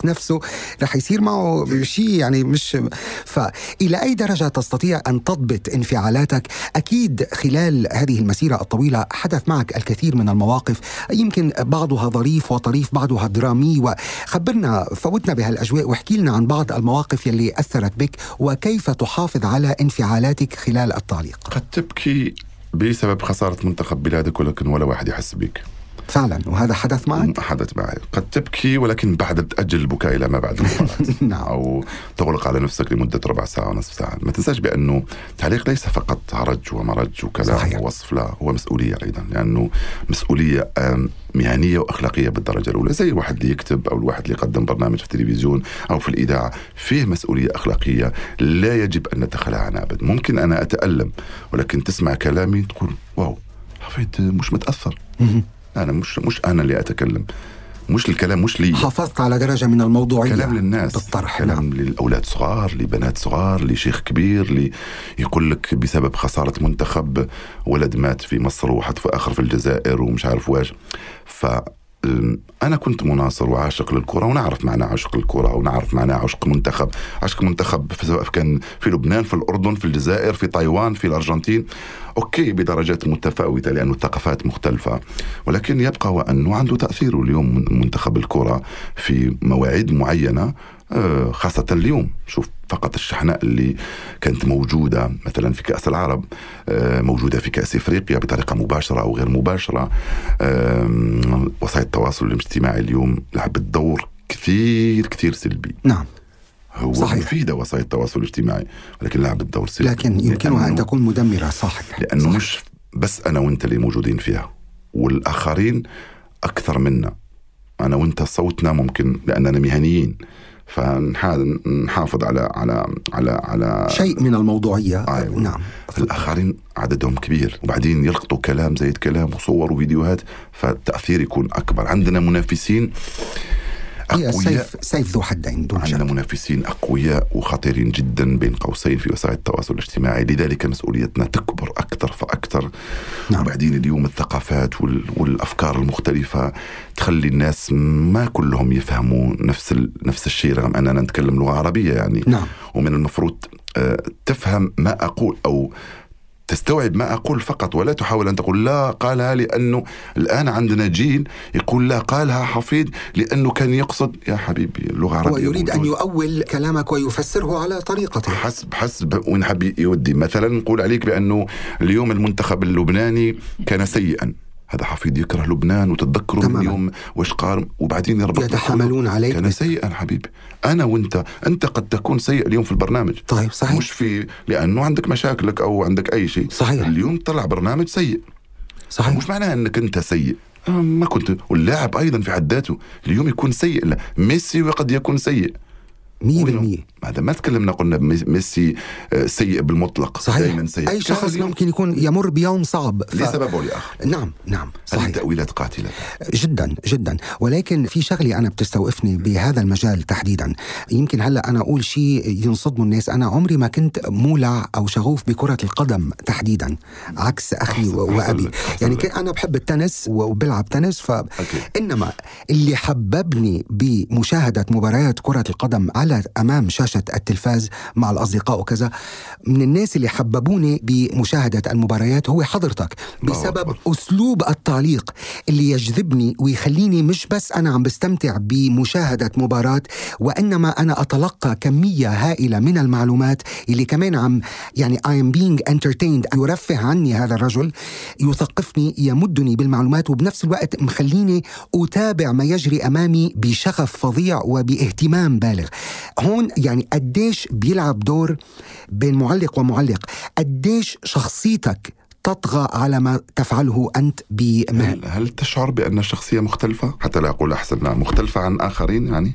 رح يصير معه شيء يعني مش. فإلى أي درجة تستطيع أن تضبط انفعالاتك؟ أكيد خلال هذه المسيرة الطويلة حدث معك الكثير من المواقف، يمكن بعضها ظريف وطريف، بعضها درامي، وخبرنا فوتنا بهالأجواء واحكي لنا عن بعض المواقف يلي أثرت بك وكيف تحافظ على انفعالاتك خلال التعليق. قد تبكي بسبب خسارة منتخب بلادك ولكن ولا واحد يحس بك فعلا، وهذا حدث معك؟ حدث معي. قد تبكي ولكن بعد تأجل البكاء إلى ما بعد المباراة نعم. أو تغلق على نفسك لمدة ربع ساعة ونصف ساعة. ما تنساش بأنه التعليق ليس فقط هرج ومرج وكلام صحيح. ووصف، لا، هو مسؤولية أيضا، لأنه مسؤولية مهنية وأخلاقية بالدرجة الأولى. زي الواحد اللي يكتب أو الواحد اللي يقدم برنامج في التلفزيون أو في الإذاعة، فيه مسؤولية أخلاقية لا يجب أن نتخلى عنها أبدا. ممكن أنا أتألم ولكن تسمع كلامي تقول واو حفيد مش متأثر. أنا مش مش أنا اللي أتكلم، مش الكلام مش لي، حافظت على درجة من الموضوعية، كلام للناس بالطرح. كلام نعم. للأولاد صغار، لبنات صغار، لشيخ كبير، لي يقول لك بسبب خسارة منتخب ولد مات في مصر وحد في آخر في الجزائر ومش عارف واش. ف أنا كنت مناصر وعاشق للكرة ونعرف معنى عشق الكرة ونعرف معنى عشق منتخب. عشق منتخب سواء كان في لبنان، في الأردن، في الجزائر، في تايوان، في الأرجنتين، أوكي بدرجات متفاوتة لأنه الثقافات مختلفة، ولكن يبقى وأنه عنده تأثير. اليوم منتخب الكرة في مواعيد معينة، خاصة اليوم شوف فقط الشحناء اللي كانت موجودة مثلا في كأس العرب، موجودة في كأس إفريقيا بطريقة مباشرة أو غير مباشرة. وسائل التواصل الاجتماعي اليوم لعبت دور كثير كثير سلبي. نعم هو صحيح. مفيدة وسائل التواصل الاجتماعي ولكن لعبت دور سلبي، لكن يمكنها أن تكون مدمرة. صحيح. لأنه صحيح. مش بس أنا وإنت اللي موجودين فيها، والآخرين أكثر منا. أنا وإنت صوتنا ممكن لأننا مهنيين فنحافظ على على على على شيء من الموضوعية. آه. نعم. الآخرين عددهم كبير وبعدين يلقطوا كلام زي الكلام وصور وفيديوهات، فالتأثير يكون أكبر. عندنا منافسين هي سيف سيف ذو حدين دون شك. عندنا منافسين أقوياء وخطيرين جدا بين قوسين في وسائل التواصل الاجتماعي، لذلك مسؤوليتنا تكبر أكثر فأكثر. نعم. وبعدين اليوم الثقافات والأفكار المختلفة تخلي الناس ما كلهم يفهموا نفس نفس الشيء، رغم أننا نتكلم لغة عربية يعني. نعم. ومن المفروض تفهم ما أقول أو تستوعب ما أقول فقط، ولا تحاول أن تقول لا قالها لأنه الآن عندنا جيل يقول لا قالها حفيد لأنه كان يقصد. يا حبيبي اللغة العربية ويريد أن يؤول كلامك ويفسره على طريقته حسب حسب وين حبي يودي. مثلا نقول عليك بأنه اليوم المنتخب اللبناني كان سيئا، هذا حفيد يكره لبنان وتتذكروا من يوم واش قال وبعدين يربط يتحملون عليك كان سيئا. حبيبي أنا وأنت أنت قد تكون سيء اليوم في البرنامج. طيب صحيح. مش في لأنه عندك مشاكلك أو عندك أي شيء. صحيح. اليوم طلع برنامج سيء. صحيح. مش معناه أنك أنت سيء، ما كنت. واللاعب أيضا في حد ذاته اليوم يكون سيء. لا ميسي وقد يكون سيء مية بالمية. هذا ما تكلمنا قلنا ميسي سيء بالمطلق. صحيح. سيء. أي شخص ممكن يكون يمر بيوم صعب ف... لسبب أو لآخر. نعم نعم صحيح. هذه تأويلات قاتلة جدا جدا. ولكن في شغلي أنا بتستوقفني بهذا المجال تحديدا، يمكن هلأ أنا أقول شيء ينصدم الناس. أنا عمري ما كنت مولع أو شغوف بكرة القدم تحديدا عكس أخي أحسن وأبي. أحسن يعني أحسن أنا بحب التنس وبلعب تنس ف... إنما اللي حببني بمشاهدة مباريات كرة القدم على أمام شاشة التلفاز مع الأصدقاء وكذا، من الناس اللي حببوني بمشاهدة المباريات هو حضرتك، بسبب أسلوب التعليق اللي يجذبني ويخليني مش بس أنا عم بستمتع بمشاهدة مباراة، وإنما أنا أتلقى كمية هائلة من المعلومات اللي كمان عم يعني I am being entertained. يرفه عني هذا الرجل، يثقفني، يمدني بالمعلومات، وبنفس الوقت مخليني أتابع ما يجري أمامي بشغف فظيع وباهتمام بالغ. هون يعني قديش بيلعب دور بين معلق ومعلق، قديش شخصيتك تطغى على ما تفعله أنت بمهل. هل, هل تشعر بأن الشخصية مختلفة حتى لا أقول أحسن لا مختلفة عن آخرين يعني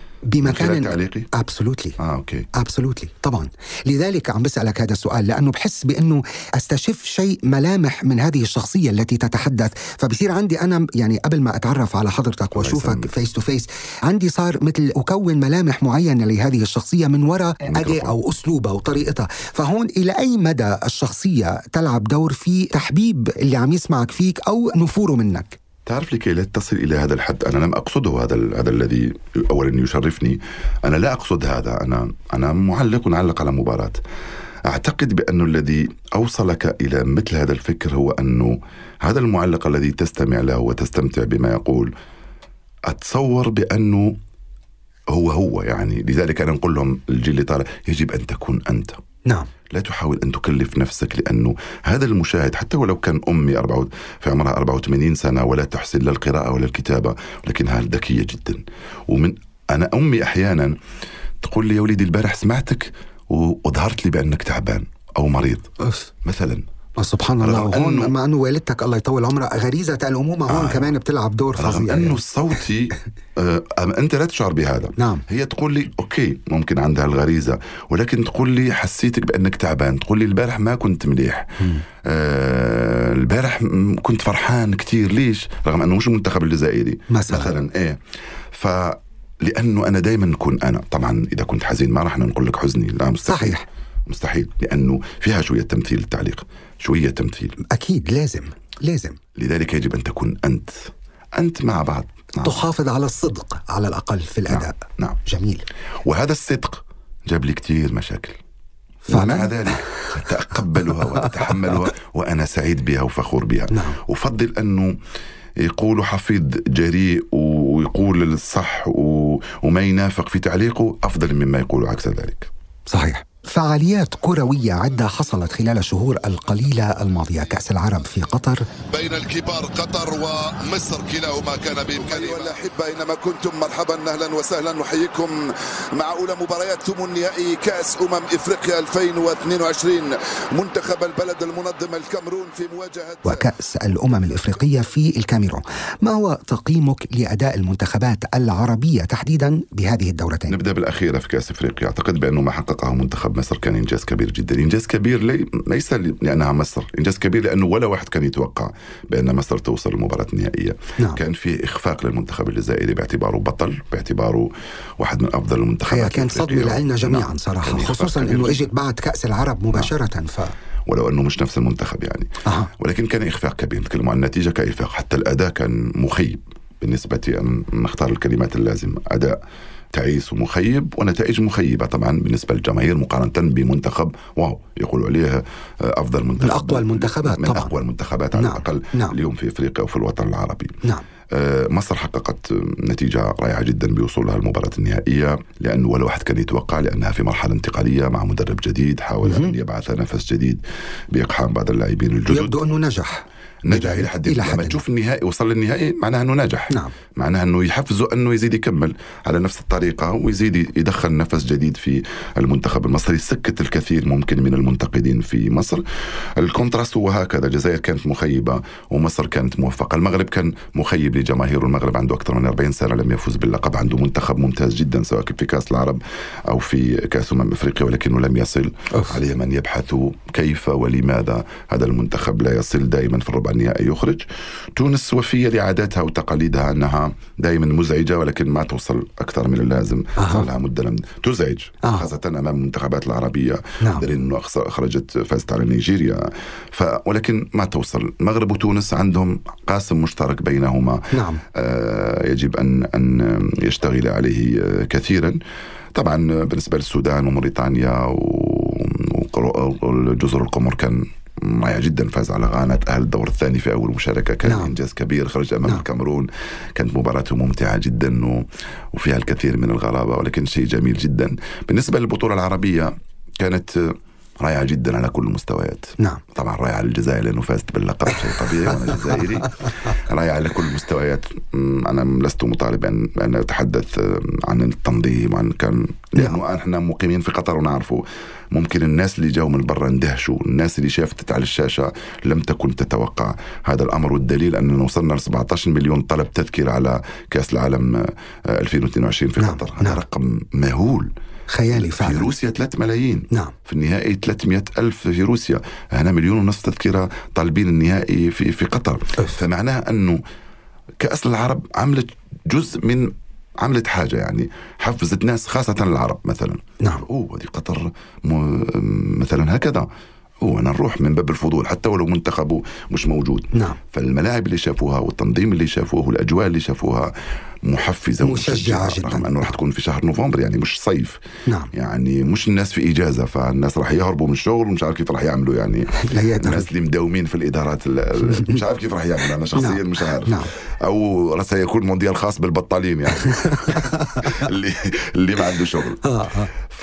بمكان تعليقي؟ absolutely آه، أوكي. absolutely طبعا. لذلك عم بسألك هذا السؤال، لأنه بحس بأنه أستشف شيء ملامح من هذه الشخصية التي تتحدث، فبصير عندي أنا يعني قبل ما أتعرف على حضرتك وأشوفك فيس تو فيس، عندي صار مثل أكون ملامح معينة لهذه الشخصية من وراء أداء أو أسلوبها وطريقتها. فهون إلى أي مدى الشخصية تلعب دور في تحبيب اللي عم يسمعك فيك أو نفوره منك؟ تعرف لكي لا تصل إلى هذا الحد، أنا لم أقصده هذا هذا الذي أولا يشرفني، أنا لا أقصد هذا، أنا أنا معلق ونعلق على مباراة. أعتقد بأن الذي أوصلك إلى مثل هذا الفكر هو أنه هذا المعلق الذي تستمع له وتستمتع بما يقول، أتصور بأنه هو هو يعني. لذلك أنا نقول لهم الجيل اللي طالع يجب أن تكون أنت. نعم. لا تحاول أن تكلف نفسك، لأنه هذا المشاهد حتى ولو كان أمي أربعة في عمرها أربعة وثمانين سنة ولا تحسن لا القراءة ولا الكتابة، ولكنها ذكية جدا. ومن أنا أمي أحيانا تقول لي يا وليدي البارح سمعتك وظهرت لي بأنك تعبان أو مريض أف. مثلا. سبحان الله. هون مع أنه والدتك الله يطول عمرها غريزة الأمومة هون آه. كمان بتلعب دور فظيع. أنه الصوتي آه أنت لا تشعر بهذا. نعم. هي تقول لي أوكي ممكن عندها الغريزة، ولكن تقول لي حسيتك بأنك تعبان، تقول لي البارح ما كنت مليح، آه البارح كنت فرحان كتير. ليش؟ رغم أنه مش المنتخب الجزائري مثلا, مثلاً. إيه ف لأنه أنا دايما نكون أنا. طبعا إذا كنت حزين ما راح نقول لك حزني، لا مستحيل. صحيح. مستحيل، لأنه فيها شوية تمثيل التعليق، شوية تمثيل. أكيد لازم لازم. لذلك يجب أن تكون أنت أنت مع بعض. نعم. تحافظ على الصدق على الأقل في الأداء. نعم. نعم. جميل. وهذا الصدق جاب لي كتير مشاكل، ومع ذلك أتقبلها وأتحملها وأنا سعيد بها وفخور بها. نعم. وفضل أنه يقول حفيظ جريء ويقول الصح وما ينافق في تعليقه أفضل مما يقول عكس ذلك. صحيح. فعاليات كروية عدة حصلت خلال الشهور القليلة الماضية. كأس العرب في قطر بين الكبار قطر ومصر كلاهما كان بإمكانه. والأحبة أينما كنتم مرحبا أهلا وسهلا، نحييكم مع أولى مباريات ثم النهائي كأس أمم إفريقيا ألفين واثنين وعشرين. منتخب البلد المنظم الكاميرون في مواجهة وكأس الأمم الإفريقية في الكاميرون. ما هو تقييمك لأداء المنتخبات العربية تحديدا بهذه الدورتين؟ نبدأ بالأخيرة في كأس إفريقيا. أعتقد بأنه ما حققه منتخب مصر كان إنجاز كبير جدا. إنجاز كبير لي... ليس لأنها مصر، إنجاز كبير لأنه ولا واحد كان يتوقع بأن مصر توصل للمباراة النهائية. نعم. كان في إخفاق للمنتخب الجزائري باعتباره بطل، باعتباره واحد من أفضل المنتخبات. كانت صدمة لنا جميعا. نعم. صراحة خصوصا أنه إجت بعد كأس العرب مباشرة. نعم. ف... ولو أنه مش نفس المنتخب يعني. أه. ولكن كان إخفاق كبير. نتكلم عن النتيجة كإخفاق، حتى الأداء كان مخيب بالنسبة أن نختار الكلمات اللازمة. أداء تعيس ومخيب ونتائج مخيبة طبعا بالنسبة للجماهير مقارنة بمنتخب واو يقولوا عليه أفضل منتخب، من أقوى المنتخبات من طبعا. أقوى المنتخبات على نعم. الأقل. نعم. اليوم في أفريقيا وفي الوطن العربي. نعم. مصر حققت نتيجة رائعة جدا بوصولها المباراة النهائية، لأنه ولا واحد كان يتوقع، لأنها في مرحلة انتقالية مع مدرب جديد حاول أن يبعث نفس جديد بإقحام بعض اللاعبين الجدد. يبدو أنه نجح نجح إلى حد. لما تشوف النهائي وصل للنهائي معناها أنه نجح. نعم. معناها أنه يحفزه أنه يزيد يكمل على نفس الطريقة ويزيد يدخل نفس جديد في المنتخب المصري. سكت الكثير ممكن من المنتقدين في مصر. الكونتراست هو هكذا، الجزائر كانت مخيبة ومصر كانت موفقة. المغرب كان مخيب لجماهير، المغرب عنده أكثر من أربعين سنة لم يفوز باللقب، عنده منتخب ممتاز جدا سواء في كأس العرب أو في كأس أمم إفريقيا، ولكنه لم يصل. أوف. عليهم أن يبحثوا كيف ولماذا هذا المنتخب لا يصل، دائما في الربع النهائي يخرج. تونس وفية لعاداتها وتقاليدها أنها دائما مزعجة ولكن ما توصل أكثر من اللازم. صار لها مدة لم تزعج آه. خاصة أمام المنتخبات العربية. نعم. دليل أنه أخرجت فازت على نيجيريا ف... ولكن ما توصل. المغرب وتونس عندهم قاسم مشترك بينهما. نعم. آه يجب أن أن يشتغل عليه آه كثيرا. طبعا بالنسبة للسودان وموريتانيا وجزر القمر كان رائع جدا، فاز على غانا، تأهل الدور الثاني في أول مشاركة، كان نعم. إنجاز كبير. خرج أمام نعم. الكاميرون، كانت مباراته ممتعة جدا و... وفيها الكثير من الغرابة، ولكن شيء جميل جدا. بالنسبة للبطولة العربية كانت رائعة جدا على كل المستويات. نعم. طبعا رائعة للجزائر لأنه فازت باللقب، شيء طبيعي وأنا جزائري. رائعة على كل المستويات. أنا لست مطالبا أن أن أتحدث عن التنظيم وعن كان، لأنه نعم. إحنا مقيمين في قطر ونعرفه. ممكن الناس اللي جاوا من برا اندهشوا، الناس اللي شافت على الشاشة لم تكن تتوقع هذا الأمر، والدليل أننا وصلنا ل سبعة عشر مليون طلب تذكرة على كأس العالم ألفين واثنين وعشرين في نعم. قطر. هذا نعم. رقم مهول خيالي فعلا. في روسيا ثلاثة ملايين. نعم. في النهائي ثلاثمائة ألف في روسيا، هنا مليون ونصف تذكرة طالبين النهائي في في قطر. أف. فمعناها أنه كأس العرب عملت جزء من عملت حاجة، يعني حفزت ناس خاصة العرب مثلا. نعم. أوه هذه قطر م... مثلا هكذا هو أنا نروح من باب الفضول حتى ولو منتخبه مش موجود. نعم. فالملاعب اللي شافوها والتنظيم اللي شافوه والأجواء اللي شافوها محفزة ومشجعة جدا، رغم أنه راح تكون في شهر نوفمبر يعني مش صيف. نعم. يعني مش الناس في إجازة، فالناس راح يهربوا من الشغل ومش عارف كيف راح يعملوا يعني الناس اللي مداومين في الإدارات مش عارف كيف راح يعملوا. أنا شخصيا نعم. مش عارف. نعم. أو سيكون مونديال خاص بالبطالين يعني اللي اللي ما عنده شغل. ف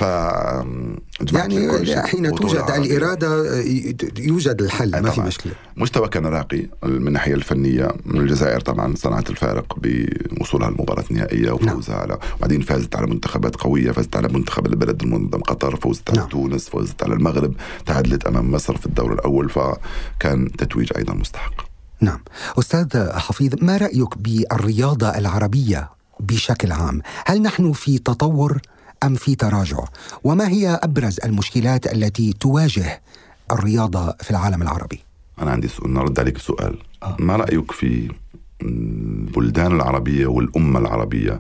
يعني حين توجد الإرادة يوجد الحل، ما في مشكلة. مستوى كان راقي من الناحية الفنية من الجزائر طبعا، صنعت الفارق بوصولها المباراة النهائية وفوزها على، وبعدين فازت على منتخبات قوية، فازت على منتخب البلد المنظم قطر، فوزت على نعم. تونس، فوزت على المغرب، تعادلت أمام مصر في الدور الأول، فكان تتويج أيضا مستحق. نعم. أستاذ حفيظ، ما رأيك بالرياضة العربية بشكل عام؟ هل نحن في تطور أم في تراجع؟ وما هي أبرز المشكلات التي تواجه الرياضة في العالم العربي؟ أنا عندي سؤال نرد عليك بسؤال. آه. ما رأيك في البلدان العربية والأمة العربية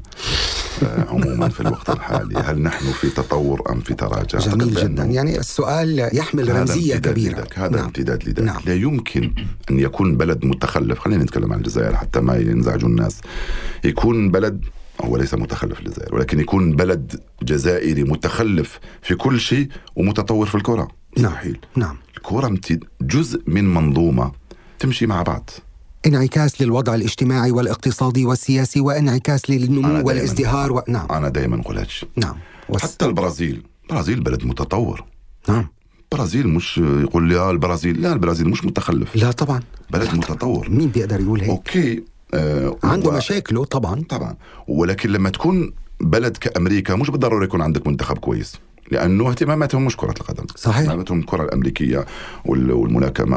عموما في الوقت الحالي؟ هل نحن في تطور أم في تراجع؟ جميل جدا. يعني السؤال يحمل رمزية كبيرة. لدك. هذا نعم. امتداد لذلك. نعم. لا يمكن أن يكون بلد متخلف، خلينا نتكلم عن الجزائر حتى ما ينزعجوا الناس، يكون بلد، هو ليس متخلف الجزائر، ولكن يكون بلد جزائري متخلف في كل شيء ومتطور في الكرة. مستحيل. نعم. الكرة جزء من منظومة تمشي مع بعض، انعكاس للوضع الاجتماعي والاقتصادي والسياسي، وانعكاس للنمو والازدهار و... نعم. أنا دائما أقول هاتش. نعم. وس... حتى البرازيل، البرازيل بلد متطور. نعم. البرازيل مش يقول لي البرازيل، لا البرازيل مش متخلف. لا طبعا. بلد لا متطور. مين بيقدر يقول هيك؟ أوكي. آه عنده و... مشاكله طبعا. طبعا. ولكن لما تكون بلد كأمريكا مش بالضرورة يكون عندك منتخب كويس، لأنه اهتماماتهم مش كرة القدم. صحيح. اهتماماتهم الكرة الأمريكية والملاكمة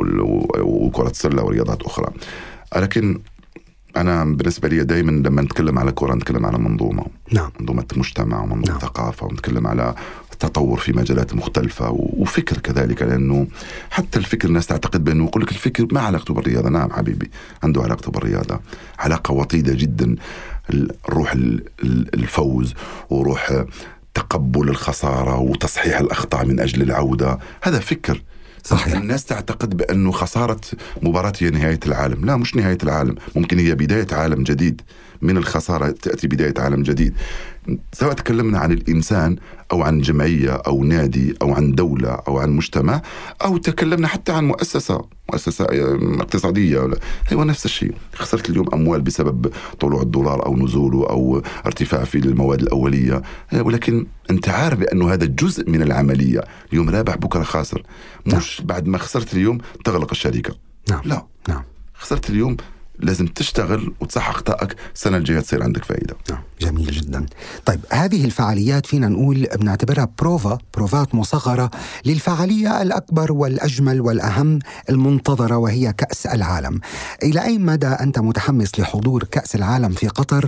وكرة السلة ورياضات أخرى. لكن أنا بالنسبة لي دائما لما نتكلم على كرة نتكلم على منظومة. نعم. منظومة مجتمع ومنظومة نعم. ثقافة، ونتكلم على التطور في مجالات مختلفة وفكر كذلك، لأنه حتى الفكر الناس تعتقد بأنه يقول لك الفكر ما علاقته بالرياضة. نعم حبيبي، عنده علاقته بالرياضة، علاقة وطيدة جدا. روح الفوز وروح تقبل الخسارة وتصحيح الأخطاء من أجل العودة، هذا فكر. صحيح. الناس تعتقد بأنه خسارة مباراة هي نهاية العالم. لا، مش نهاية العالم، ممكن هي بداية عالم جديد. من الخسارة تأتي بداية عالم جديد، سواء تكلمنا عن الإنسان أو عن جمعية أو نادي أو عن دولة أو عن مجتمع، أو تكلمنا حتى عن مؤسسة مؤسسة اقتصادية. هو نفس الشيء. خسرت اليوم أموال بسبب طلوع الدولار أو نزوله أو ارتفاع في المواد الأولية، ولكن أنت عارف بأنه هذا جزء من العملية. اليوم رابح بكرة خاسر، مش نعم. بعد ما خسرت اليوم تغلق الشركة. نعم. لا. نعم. خسرت اليوم لازم تشتغل وتصحح أخطائك، السنة الجاية تصير عندك فائدة. نعم. جميل جدا. طيب هذه الفعاليات فينا نقول بنعتبرها بروفا بروفات مصغرة للفعالية الأكبر والأجمل والأهم المنتظرة، وهي كأس العالم. إلى أي مدى أنت متحمس لحضور كأس العالم في قطر؟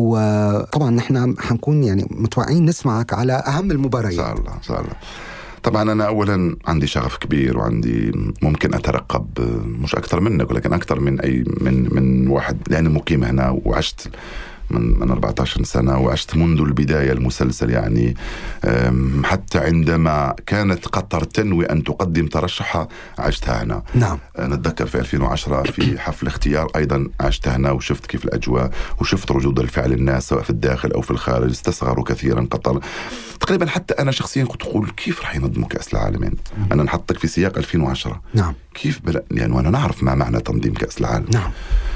وطبعا نحن حنكون يعني متوقعين نسمعك على أهم المباريات. إن شاء الله إن شاء الله. طبعا أنا أولا عندي شغف كبير، وعندي ممكن أترقب مش أكثر منك ولكن أكثر من أي من من واحد، لأني مقيم هنا وعشت من من أربعة عشر سنة، وعشت منذ البداية المسلسل. يعني حتى عندما كانت قطر تنوي أن تقدم ترشحها عشتها هنا. نعم. نتذكر في ألفين وعشرة في حفل اختيار أيضا عشتها هنا، وشفت كيف الأجواء وشفت ردود الفعل الناس سواء في الداخل أو في الخارج. استصغروا كثيرا قطر تقريبا. حتى أنا شخصيا كنت أقول كيف رح ينظموا كأس العالم يعني. أنا نحطك في سياق ألفين وعشرة. نعم. كيف بلا يعني، وأنا نعرف ما معنى تنظيم كأس العالم. نعم.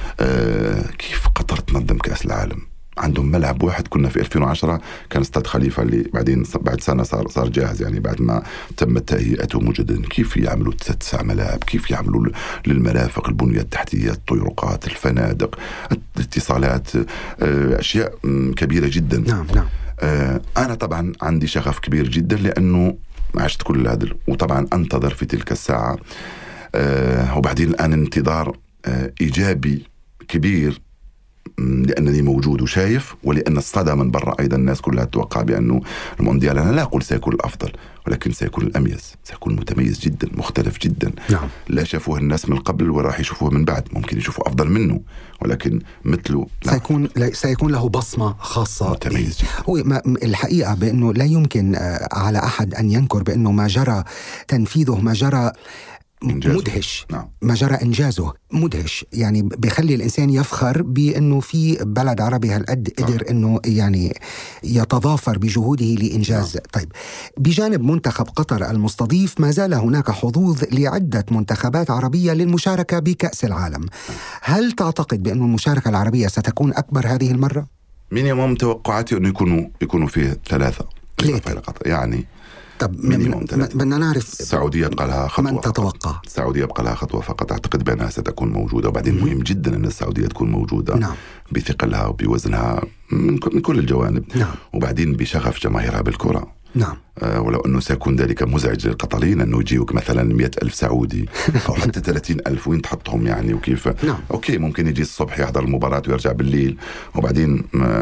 آه كيف قطر تنظم كأس العالم؟ عندهم ملعب واحد. كنا في ألفين وعشرة كان استاد خليفة اللي بعدين بعد سنة صار صار جاهز، يعني بعد ما تمت تهيئته مجددا. كيف يعملوا تسع ملاعب، كيف يعملوا للمرافق البنية التحتية، الطرقات، الفنادق، الاتصالات، أشياء كبيرة جدا. نعم نعم. أنا طبعا عندي شغف كبير جدا لأنه عشت كل هذا، وطبعا أنتظر في تلك الساعة. وبعدين الآن انتظار إيجابي كبير لأنني موجود وشايف، ولأن الصدى من برا أيضا الناس كلها تتوقع بأنه المونديال، أنا لا أقول سيكون الأفضل، ولكن سيكون الأميز، سيكون متميز جدا، مختلف جدا. نعم. لا شافوه الناس من قبل وراح يشوفوه من بعد، ممكن يشوفوا أفضل منه، ولكن مثله لا. سيكون سيكون له بصمة خاصة، متميز جدا. هو الحقيقة بأنه لا يمكن على أحد أن ينكر بأنه ما جرى تنفيذه، ما جرى إنجازه. مدهش. نعم. ما جرى إنجازه مدهش، يعني بيخلي الإنسان يفخر بأنه في بلد عربي هالقد قدر أنه يعني يتضافر بجهوده لإنجاز. نعم. طيب، بجانب منتخب قطر المستضيف ما زال هناك حظوظ لعدة منتخبات عربية للمشاركة بكأس العالم. هل تعتقد بأن المشاركة العربية ستكون أكبر هذه المرة؟ مينيموم توقعاتي أنه يكونوا يكونوا فيه ثلاثة يعني. طب بدنا نعرف السعودية يبقى لها خطوة، من تتوقع؟ السعودية يبقى لها خطوة فقط، أعتقد بأنها ستكون موجودة، وبعدين مهم جدا أن السعودية تكون موجودة. نعم. بثقلها وبوزنها من كل الجوانب. نعم. وبعدين بشغف جماهيرها بالكرة. نعم. آه ولو أنه سيكون ذلك مزعج للقطريين أنه يجيوك مثلا مئة ألف سعودي أو حتى ثلاثين ألف، وين تحطهم يعني وكيف؟ نعم. أوكي، ممكن يجي الصبح يحضر المباراة ويرجع بالليل، وبعدين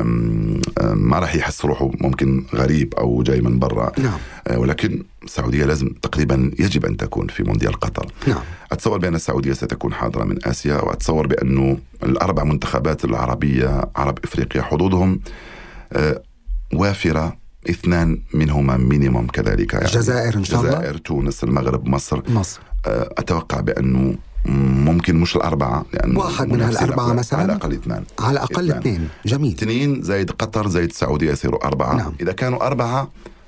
ما راح يحس روحه ممكن غريب أو جاي من برا. نعم. آه ولكن السعودية لازم تقريبا يجب أن تكون في مونديال قطر. نعم. أتصور بأن السعودية ستكون حاضرة من آسيا، وأتصور بأنه الأربع منتخبات العربية عرب إفريقيا حظوظهم آه وافرة، اثنان منهما مينيموم كذلك، يعني الجزائر إن شاء الله، الجزائر، تونس، المغرب، مصر. مصر أتوقع بأنه ممكن مش الأربعة، لأنه واحد من هالأربعة مثلا، على الأقل اثنان، على الأقل اثنين. جميل. اثنين زايد قطر زايد السعودية يصيروا أربعة. نعم. إذا كانوا أربعة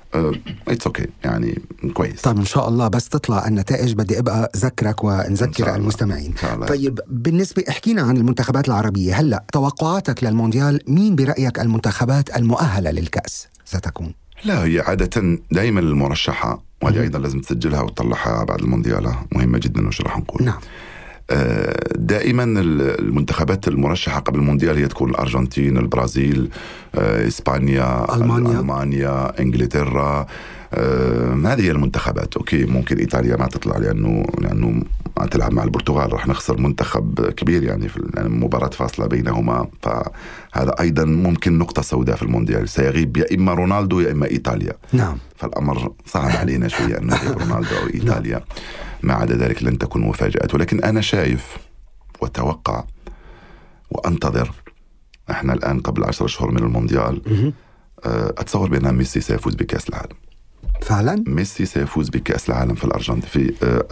اتس اوكي okay. يعني كويس. طيب ان شاء الله بس تطلع النتائج بدي ابقى ذكرك ونذكر المستمعين. طيب بالنسبه احكينا عن المنتخبات العربيه هلا، توقعاتك للمونديال، مين برايك المنتخبات المؤهله للكاس ستكون؟ لا، هي عاده دائما المرشحه، وهذه ايضا لازم تسجلها وتطلعها بعد المونديال، مهمه جدا وش راح نقول. نعم. دائما المنتخبات المرشحة قبل المونديال هي تكون الأرجنتين، البرازيل، إسبانيا، ألمانيا, ألمانيا، إنجلترا. هذه هي المنتخبات. أوكي، ممكن إيطاليا ما تطلع لأنه لأنه ما تلعب مع البرتغال، راح نخسر منتخب كبير يعني في مباراة فاصلة بينهما، فهذا أيضا ممكن نقطة سوداء في المونديال، سيغيب يا إما رونالدو يا إما إيطاليا. نعم. فالأمر صعب علينا شوية أنه يغيب رونالدو أو إيطاليا. ما عدا ذلك لن تكون مفاجآت، ولكن أنا شايف وتوقع وأنتظر. احنا الآن قبل عشر أشهر من المونديال، أتصور بأن ميسي سيفوز بكأس العالم. فعلا ميسي سيفوز بكأس العالم في الأرجنتين في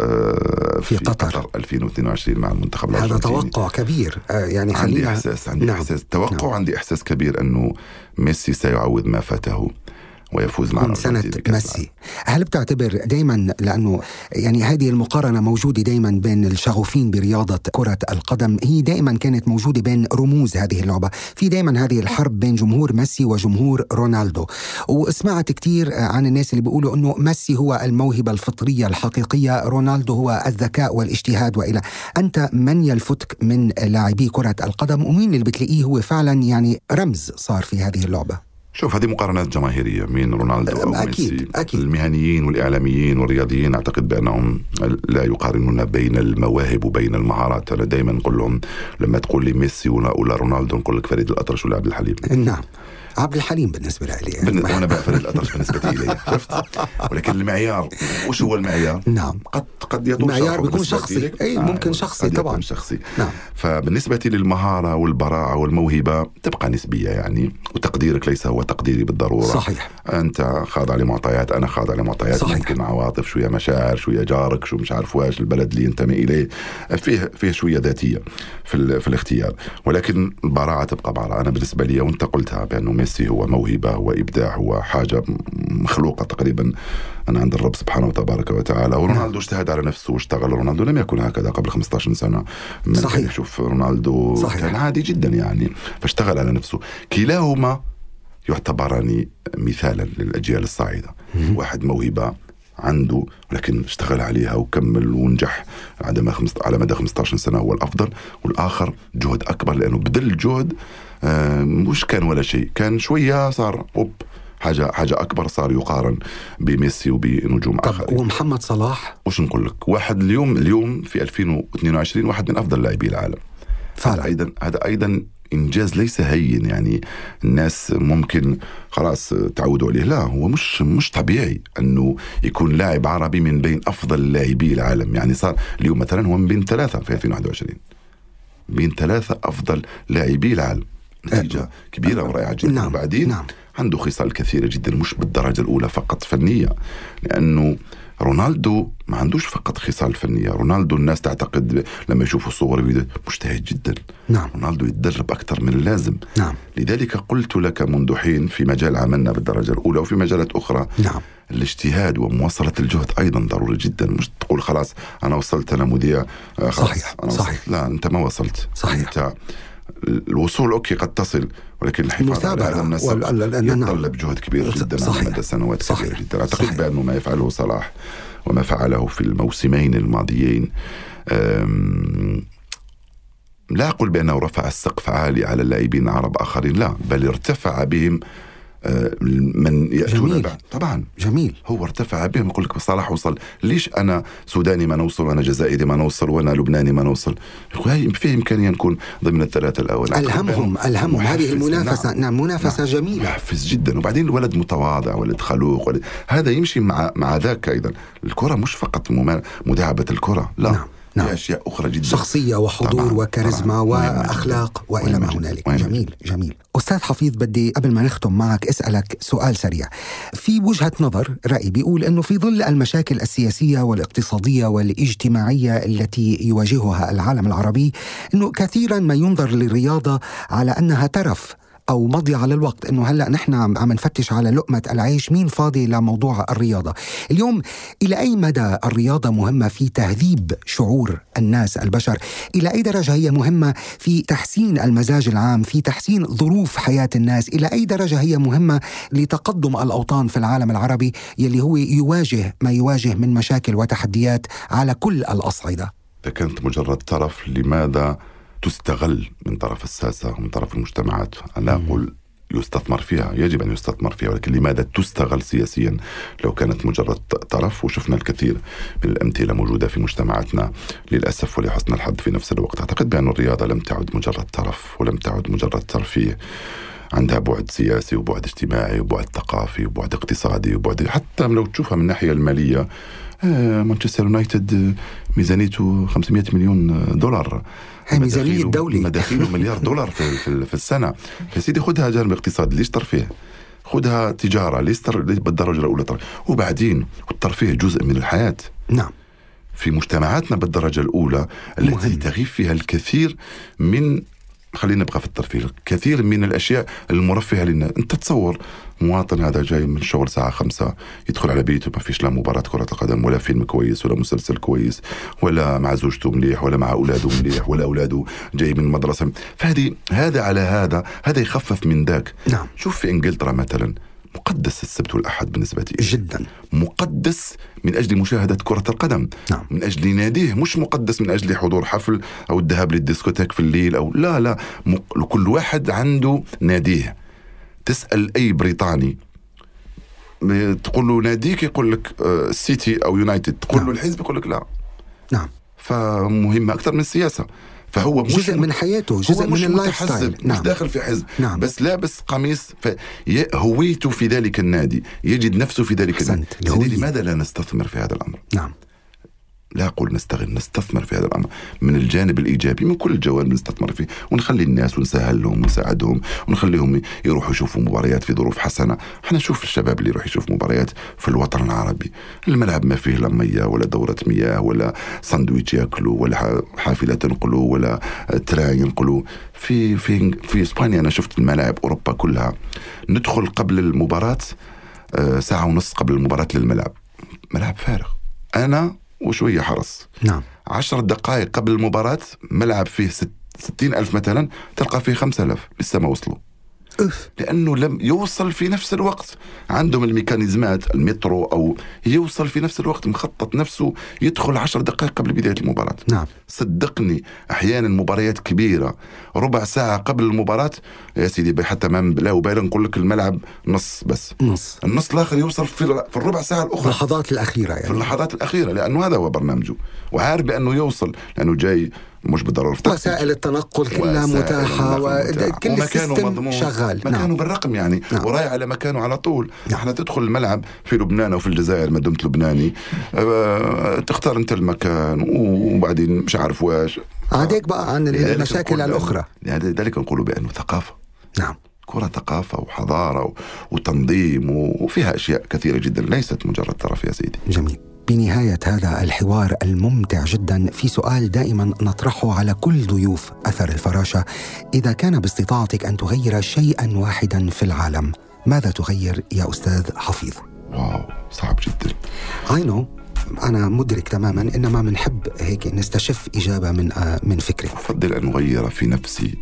في, في قطر. قطر ألفين واثنين وعشرين مع المنتخب الأرجنتيني. هذا توقع كبير يعني. عندي إحساس عندي نعم. إحساس توقع نعم. عندي إحساس كبير أنه ميسي سيعوض ما فاته ويفوز مع سنة ميسي. هل بتعتبر دايما، لأنه يعني هذه المقارنة موجودة دايما بين الشغوفين برياضة كرة القدم، هي دايما كانت موجودة بين رموز هذه اللعبة، في دايما هذه الحرب بين جمهور ميسي وجمهور رونالدو. وسمعت كتير عن الناس اللي بيقولوا أنه ميسي هو الموهبة الفطرية الحقيقية، رونالدو هو الذكاء والاجتهاد وإلى. أنت من يلفتك من لاعبي كرة القدم، ومين اللي بتلاقيه هو فعلا يعني رمز صار في هذه اللعبة؟ شوف، هذه مقارنات جماهيرية، مين رونالدو أو أكيد ميسي. أكيد. المهنيين والإعلاميين والرياضيين أعتقد بأنهم لا يقارنون بين المواهب وبين المهارات. أنا دايما نقول لهم لما تقول لي ميسي ولا رونالدو نقول لك فريد الأطرش ولا عبد الحليم. نعم، عبد الحليم بالنسبة لي يعني. وأنا بقى فريد الأطرش بالنسبة لي، شفت. ولكن المعيار، وش هو المعيار؟ نعم. قد قد يطول معيار بيكون شخصي. أي ممكن آه شخصي طبعا. شخصي. نعم. فبالنسبة للمهارة والبراعة والموهبة تبقى نسبية يعني، وتقديرك ليس هو تقديري بالضرورة. صحيح. أنت خاضع لمعطيات، أنا خاضع لمعطيات. صحيح. ممكن عواطف، شوية مشاعر، شوية جارك، شو مش عارف واش البلد اللي ينتمي إليه، فيه فيه شوية ذاتية في في الاختيار، ولكن البراعة تبقى براعة. أنا بالنسبة لي، وأنت قلتها بأنه ميسي هو موهبة، هو إبداع، هو حاجة مخلوقة تقريبا أنا عند الرب سبحانه وتبارك وتعالى. ورونالدو اجتهد على نفسه واشتغل. رونالدو لم يكن هكذا قبل خمسة عشر سنة. صحيح. شوف رونالدو صحيح. كان عادي جدا يعني، فاشتغل على نفسه. كلاهما يعتبران مثالا للأجيال الصاعدة. واحد موهبة عنده ولكن اشتغل عليها وكمل ونجح على مدى خمسة عشر سنة هو الأفضل، والآخر جهد أكبر لأنه بدل جهد مش كان ولا شيء، كان شوية صار أوب حاجة حاجة أكبر، صار يقارن بميسي وبنجوم آخرين. ومحمد صلاح وش نقول لك، واحد اليوم اليوم في ألفين واثنين وعشرين واحد من أفضل لاعبي العالم. فعلا. هذا أيضا هذا أيضا إنجاز ليس هين، يعني الناس ممكن خلاص تعودوا عليه، لا هو مش مش طبيعي أنه يكون لاعب عربي من بين أفضل لاعبي العالم. يعني صار اليوم مثلا هو من بين ثلاثة في ألفين وواحد وعشرين، بين ثلاثة أفضل لاعبي العالم، نتيجة كبيرة ورائعة جدا. نعم. وبعدين نعم. عنده خصال كثيرة جدا مش بالدرجة الأولى فقط فنية، لأنه رونالدو ما عندوش فقط خصال فنية. رونالدو الناس تعتقد لما يشوفوا صور فيديو مجتهد جدا. نعم. رونالدو يتدرب أكثر من اللازم. نعم. لذلك قلت لك منذ حين في مجال عملنا بالدرجة الأولى وفي مجالات أخرى، نعم. الاجتهاد ومواصلة الجهد أيضا ضروري جدا. مش تقول خلاص أنا وصلت أنا مذيع خلاص صحيح. أنا صحيح. وصلت. لا أنت ما وصلت. صحيح. أنت الوصول أوكي قد تصل، ولكن الحفاظ على هذا النسق يتطلب جهد كبير جدا على مدى سنوات كبيرة جدا. أعتقد بأنه ما يفعله صلاح وما فعله في الموسمين الماضيين، لا أقول بأنه رفع السقف عالي على اللاعبين العرب آخرين، لا، بل ارتفع بهم من يأتون بعد. طبعا جميل. هو ارتفع بهم. يقول لك صلاح وصل، ليش أنا سوداني ما نوصل وأنا جزائري ما نوصل وأنا لبناني ما نوصل؟ يقول في إمكانية نكون ضمن الثلاثة الأول. ألهمهم ألهمهم هذه المنافسة. نعم, نعم منافسة نعم. جميلة، محفز جدا. وبعدين الولد متواضع، ولد خلوق، ولد هذا يمشي مع مع ذاك أيضا. الكرة مش فقط مداعبة الكرة، لا نعم. نعم. في أشياء أخرى جدا، شخصية وحضور طبعاً. وكاريزما وأخلاق وإلى ما هنالك. جميل جميل. أستاذ حفيظ، بدي قبل ما نختم معك أسألك سؤال سريع. في وجهة نظر رأي بيقول أنه في ظل المشاكل السياسية والاقتصادية والاجتماعية التي يواجهها العالم العربي، أنه كثيرا ما ينظر للرياضة على أنها ترف أو مضي على الوقت، إنه هلأ نحن عم نفتش على لقمة العيش، مين فاضي لموضوع الرياضة اليوم؟ إلى أي مدى الرياضة مهمة في تهذيب شعور الناس البشر؟ إلى أي درجة هي مهمة في تحسين المزاج العام، في تحسين ظروف حياة الناس؟ إلى أي درجة هي مهمة لتقدم الأوطان في العالم العربي يلي هو يواجه ما يواجه من مشاكل وتحديات على كل الأصعدة؟ إذا كانت مجرد طرف، لماذا تستغل من طرف الساسة ومن طرف المجتمعات؟ أنا أقول يستثمر فيها، يجب أن يستثمر فيها، ولكن لماذا تستغل سياسيا لو كانت مجرد طرف؟ وشفنا الكثير من الأمثلة موجودة في مجتمعاتنا للأسف ولحسن الحظ في نفس الوقت. أعتقد بأن الرياضة لم تعد مجرد طرف ولم تعد مجرد ترفيه، عندها بعد سياسي وبعد اجتماعي وبعد ثقافي وبعد اقتصادي وبعد حتى لو تشوفها من الناحية المالية. آه مانشستر يونايتد ميزانيته خمسمائة مليون دولار، ميزانية الدولي، مداخيله مليار دولار في, في, في السنة. يا سيدي خدها جانب اقتصاد، ليش ترفيه؟ خدها تجارة، ليش بالدرجة الأولى ترفيه؟ وبعدين الترفيه جزء من الحياة. نعم. في مجتمعاتنا بالدرجة الأولى التي مهم. تغيب فيها الكثير من، خلينا نبقى في الترفيه، كثير من الأشياء المرفهة للناس. أنت تصور مواطن هذا جاي من شغل ساعة خمسة، يدخل على بيته ما فيش لا مباراة كرة القدم ولا فيلم كويس ولا مسلسل كويس ولا مع زوجته مليح ولا مع أولاده مليح ولا أولاده جاي من مدرسة. فهذه هذا على هذا هذا يخفف من ذاك. نعم. شوف في إنجلترا مثلا مقدس السبت والأحد بالنسبة لي جدا، مقدس من أجل مشاهدة كرة القدم. نعم. من أجل ناديه، مش مقدس من أجل حضور حفل أو الذهاب للديسكوتيك في الليل أو لا لا م... كل واحد عنده ناديه. تسأل أي بريطاني تقول له ناديك يقول لك سيتي أو يونايتد، تقول له نعم. الحزب يقول لك لا. نعم. فمهمة أكثر من السياسة. فهو مش جزء من حياته، جزء من اللايف ستايل. نعم. مش داخل في حزب. نعم. بس لابس قميص هويته في ذلك النادي، يجد نفسه في ذلك النادي. لماذا لا نستثمر في هذا الأمر؟ نعم. لا أقول نستغل، نستثمر في هذا الأمر من الجانب الإيجابي، من كل الجوانب نستثمر فيه ونخلي الناس ونسهل لهم ونساعدهم ونخليهم يروحوا يشوفوا مباريات في ظروف حسنة. احنا نشوف الشباب اللي يروح يشوف مباريات في الوطن العربي، الملعب ما فيه لا مياه ولا دورة مياه ولا ساندويتش ياكلوا ولا حافلة تنقلوا ولا تراي ينقلوا. في في في إسبانيا أنا شفت الملاعب أوروبا كلها ندخل قبل المباراة ساعة ونص قبل المباراة للملعب، ملعب فارغ. أنا وشوية حرص. نعم. عشر دقائق قبل المباراة ملعب فيه ست ستين ألف مثلا، تلقى فيه خمسة آلاف لسه ما وصلوا. أف. لأنه لم يوصل في نفس الوقت. عندهم الميكانيزمات المترو أو يوصل في نفس الوقت، مخطط نفسه يدخل عشر دقائق قبل بداية المباراة. نعم. صدقني أحيانا مباريات كبيرة ربع ساعة قبل المباراة يا سيدي حتى ما لا وبالا نقول لك الملعب نص بس، نص النص الآخر يوصل في في الربع ساعة الأخرى، اللحظات الأخيرة يعني. في اللحظات الأخيرة، لأنه هذا هو برنامجه وعارف بأنه يوصل، لأنه جاي مش بالضرورة وسائل التنقل كلها متاحة وكل السيستم شغال، مكانه نعم. بالرقم يعني، نعم. وراي على مكانه على طول. نعم. احنا تدخل الملعب في لبنان أو في الجزائر ما دمت لبناني، اه تختار انت المكان وبعدين مش عارف واش عاديك بقى عن المشاكل الأخرى. لذلك نقول بأنه ثقافة، نعم، كرة ثقافة وحضارة وتنظيم وفيها أشياء كثيرة جدا، ليست مجرد طرف يا سيدي. جميل. بنهاية هذا الحوار الممتع جدا، في سؤال دائما نطرحه على كل ضيوف أثر الفراشة: إذا كان باستطاعتك أن تغير شيئا واحدا في العالم، ماذا تغير يا أستاذ حفيظ؟ واو، صعب جدا. I know، أنا مدرك تماما، إنما منحب هيك نستشف إجابة من من فكري. أفضل أن أغير في نفسي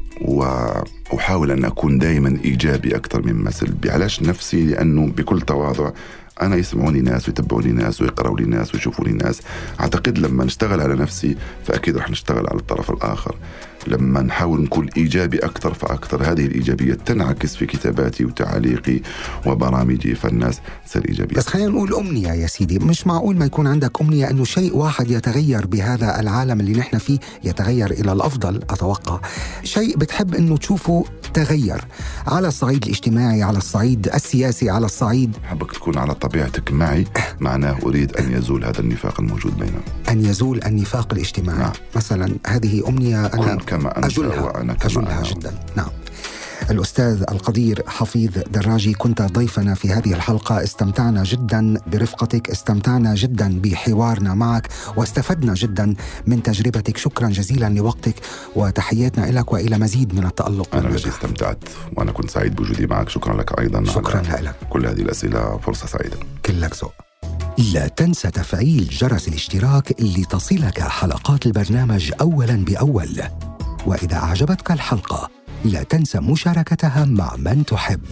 وأحاول أن أكون دائما إيجابي أكثر مما سلبي. علاش نفسي؟ لأنه بكل تواضع أنا يسمعوني ناس ويتبعوني ناس ويقرأوا لي ناس ويشوفوني ناس. أعتقد لما نشتغل على نفسي فأكيد رح نشتغل على الطرف الآخر. لما نحاول نكون إيجابي أكثر فأكثر، هذه الإيجابية تنعكس في كتاباتي وتعليقي وبرامجي، فالناس تصير إيجابية. بس خلينا نقول أمنية يا سيدي، مش معقول ما يكون عندك أمنية أنه شيء واحد يتغير بهذا العالم اللي نحن فيه، يتغير إلى الأفضل. أتوقع شيء بتحب أنه تشوفه تغير على الصعيد الاجتماعي، على الصعيد السياسي، على الصعيد. حبك تكون على طبيعتك معي، معناه أريد أن يزول هذا النفاق الموجود بيننا، أن يزول النفاق الاجتماعي. نعم. مثلا هذه أمنية أنا كما أنت أجلها, وأنا كما أجلها أنا. جدا. نعم. الأستاذ القدير حفيظ دراجي، كنت ضيفنا في هذه الحلقة. استمتعنا جدا برفقتك، استمتعنا جدا بحوارنا معك، واستفدنا جدا من تجربتك. شكرا جزيلا لوقتك، وتحياتنا لك وإلى مزيد من التألق. أنا الذي استمتعت وأنا كنت سعيد بوجودي معك. شكرا لك أيضا. شكرا لك. كل هذه الأسئلة فرصة سعيدة. كلك ذوق. لا تنسى تفعيل جرس الاشتراك لتصلك حلقات البرنامج أولا بأول. وإذا أعجبتك الحلقة لا تنسى مشاركتها مع من تحب.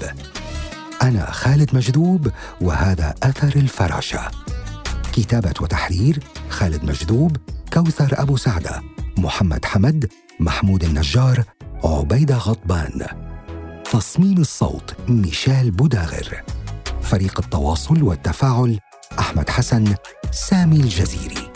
أنا خالد مجذوب، وهذا أثر الفراشة. كتابة وتحرير خالد مجذوب، كوثر أبو سعدة، محمد حمد، محمود النجار، عبيدة غضبان. تصميم الصوت ميشيل بوداغر. فريق التواصل والتفاعل أحمد حسن، سامي الجزيري.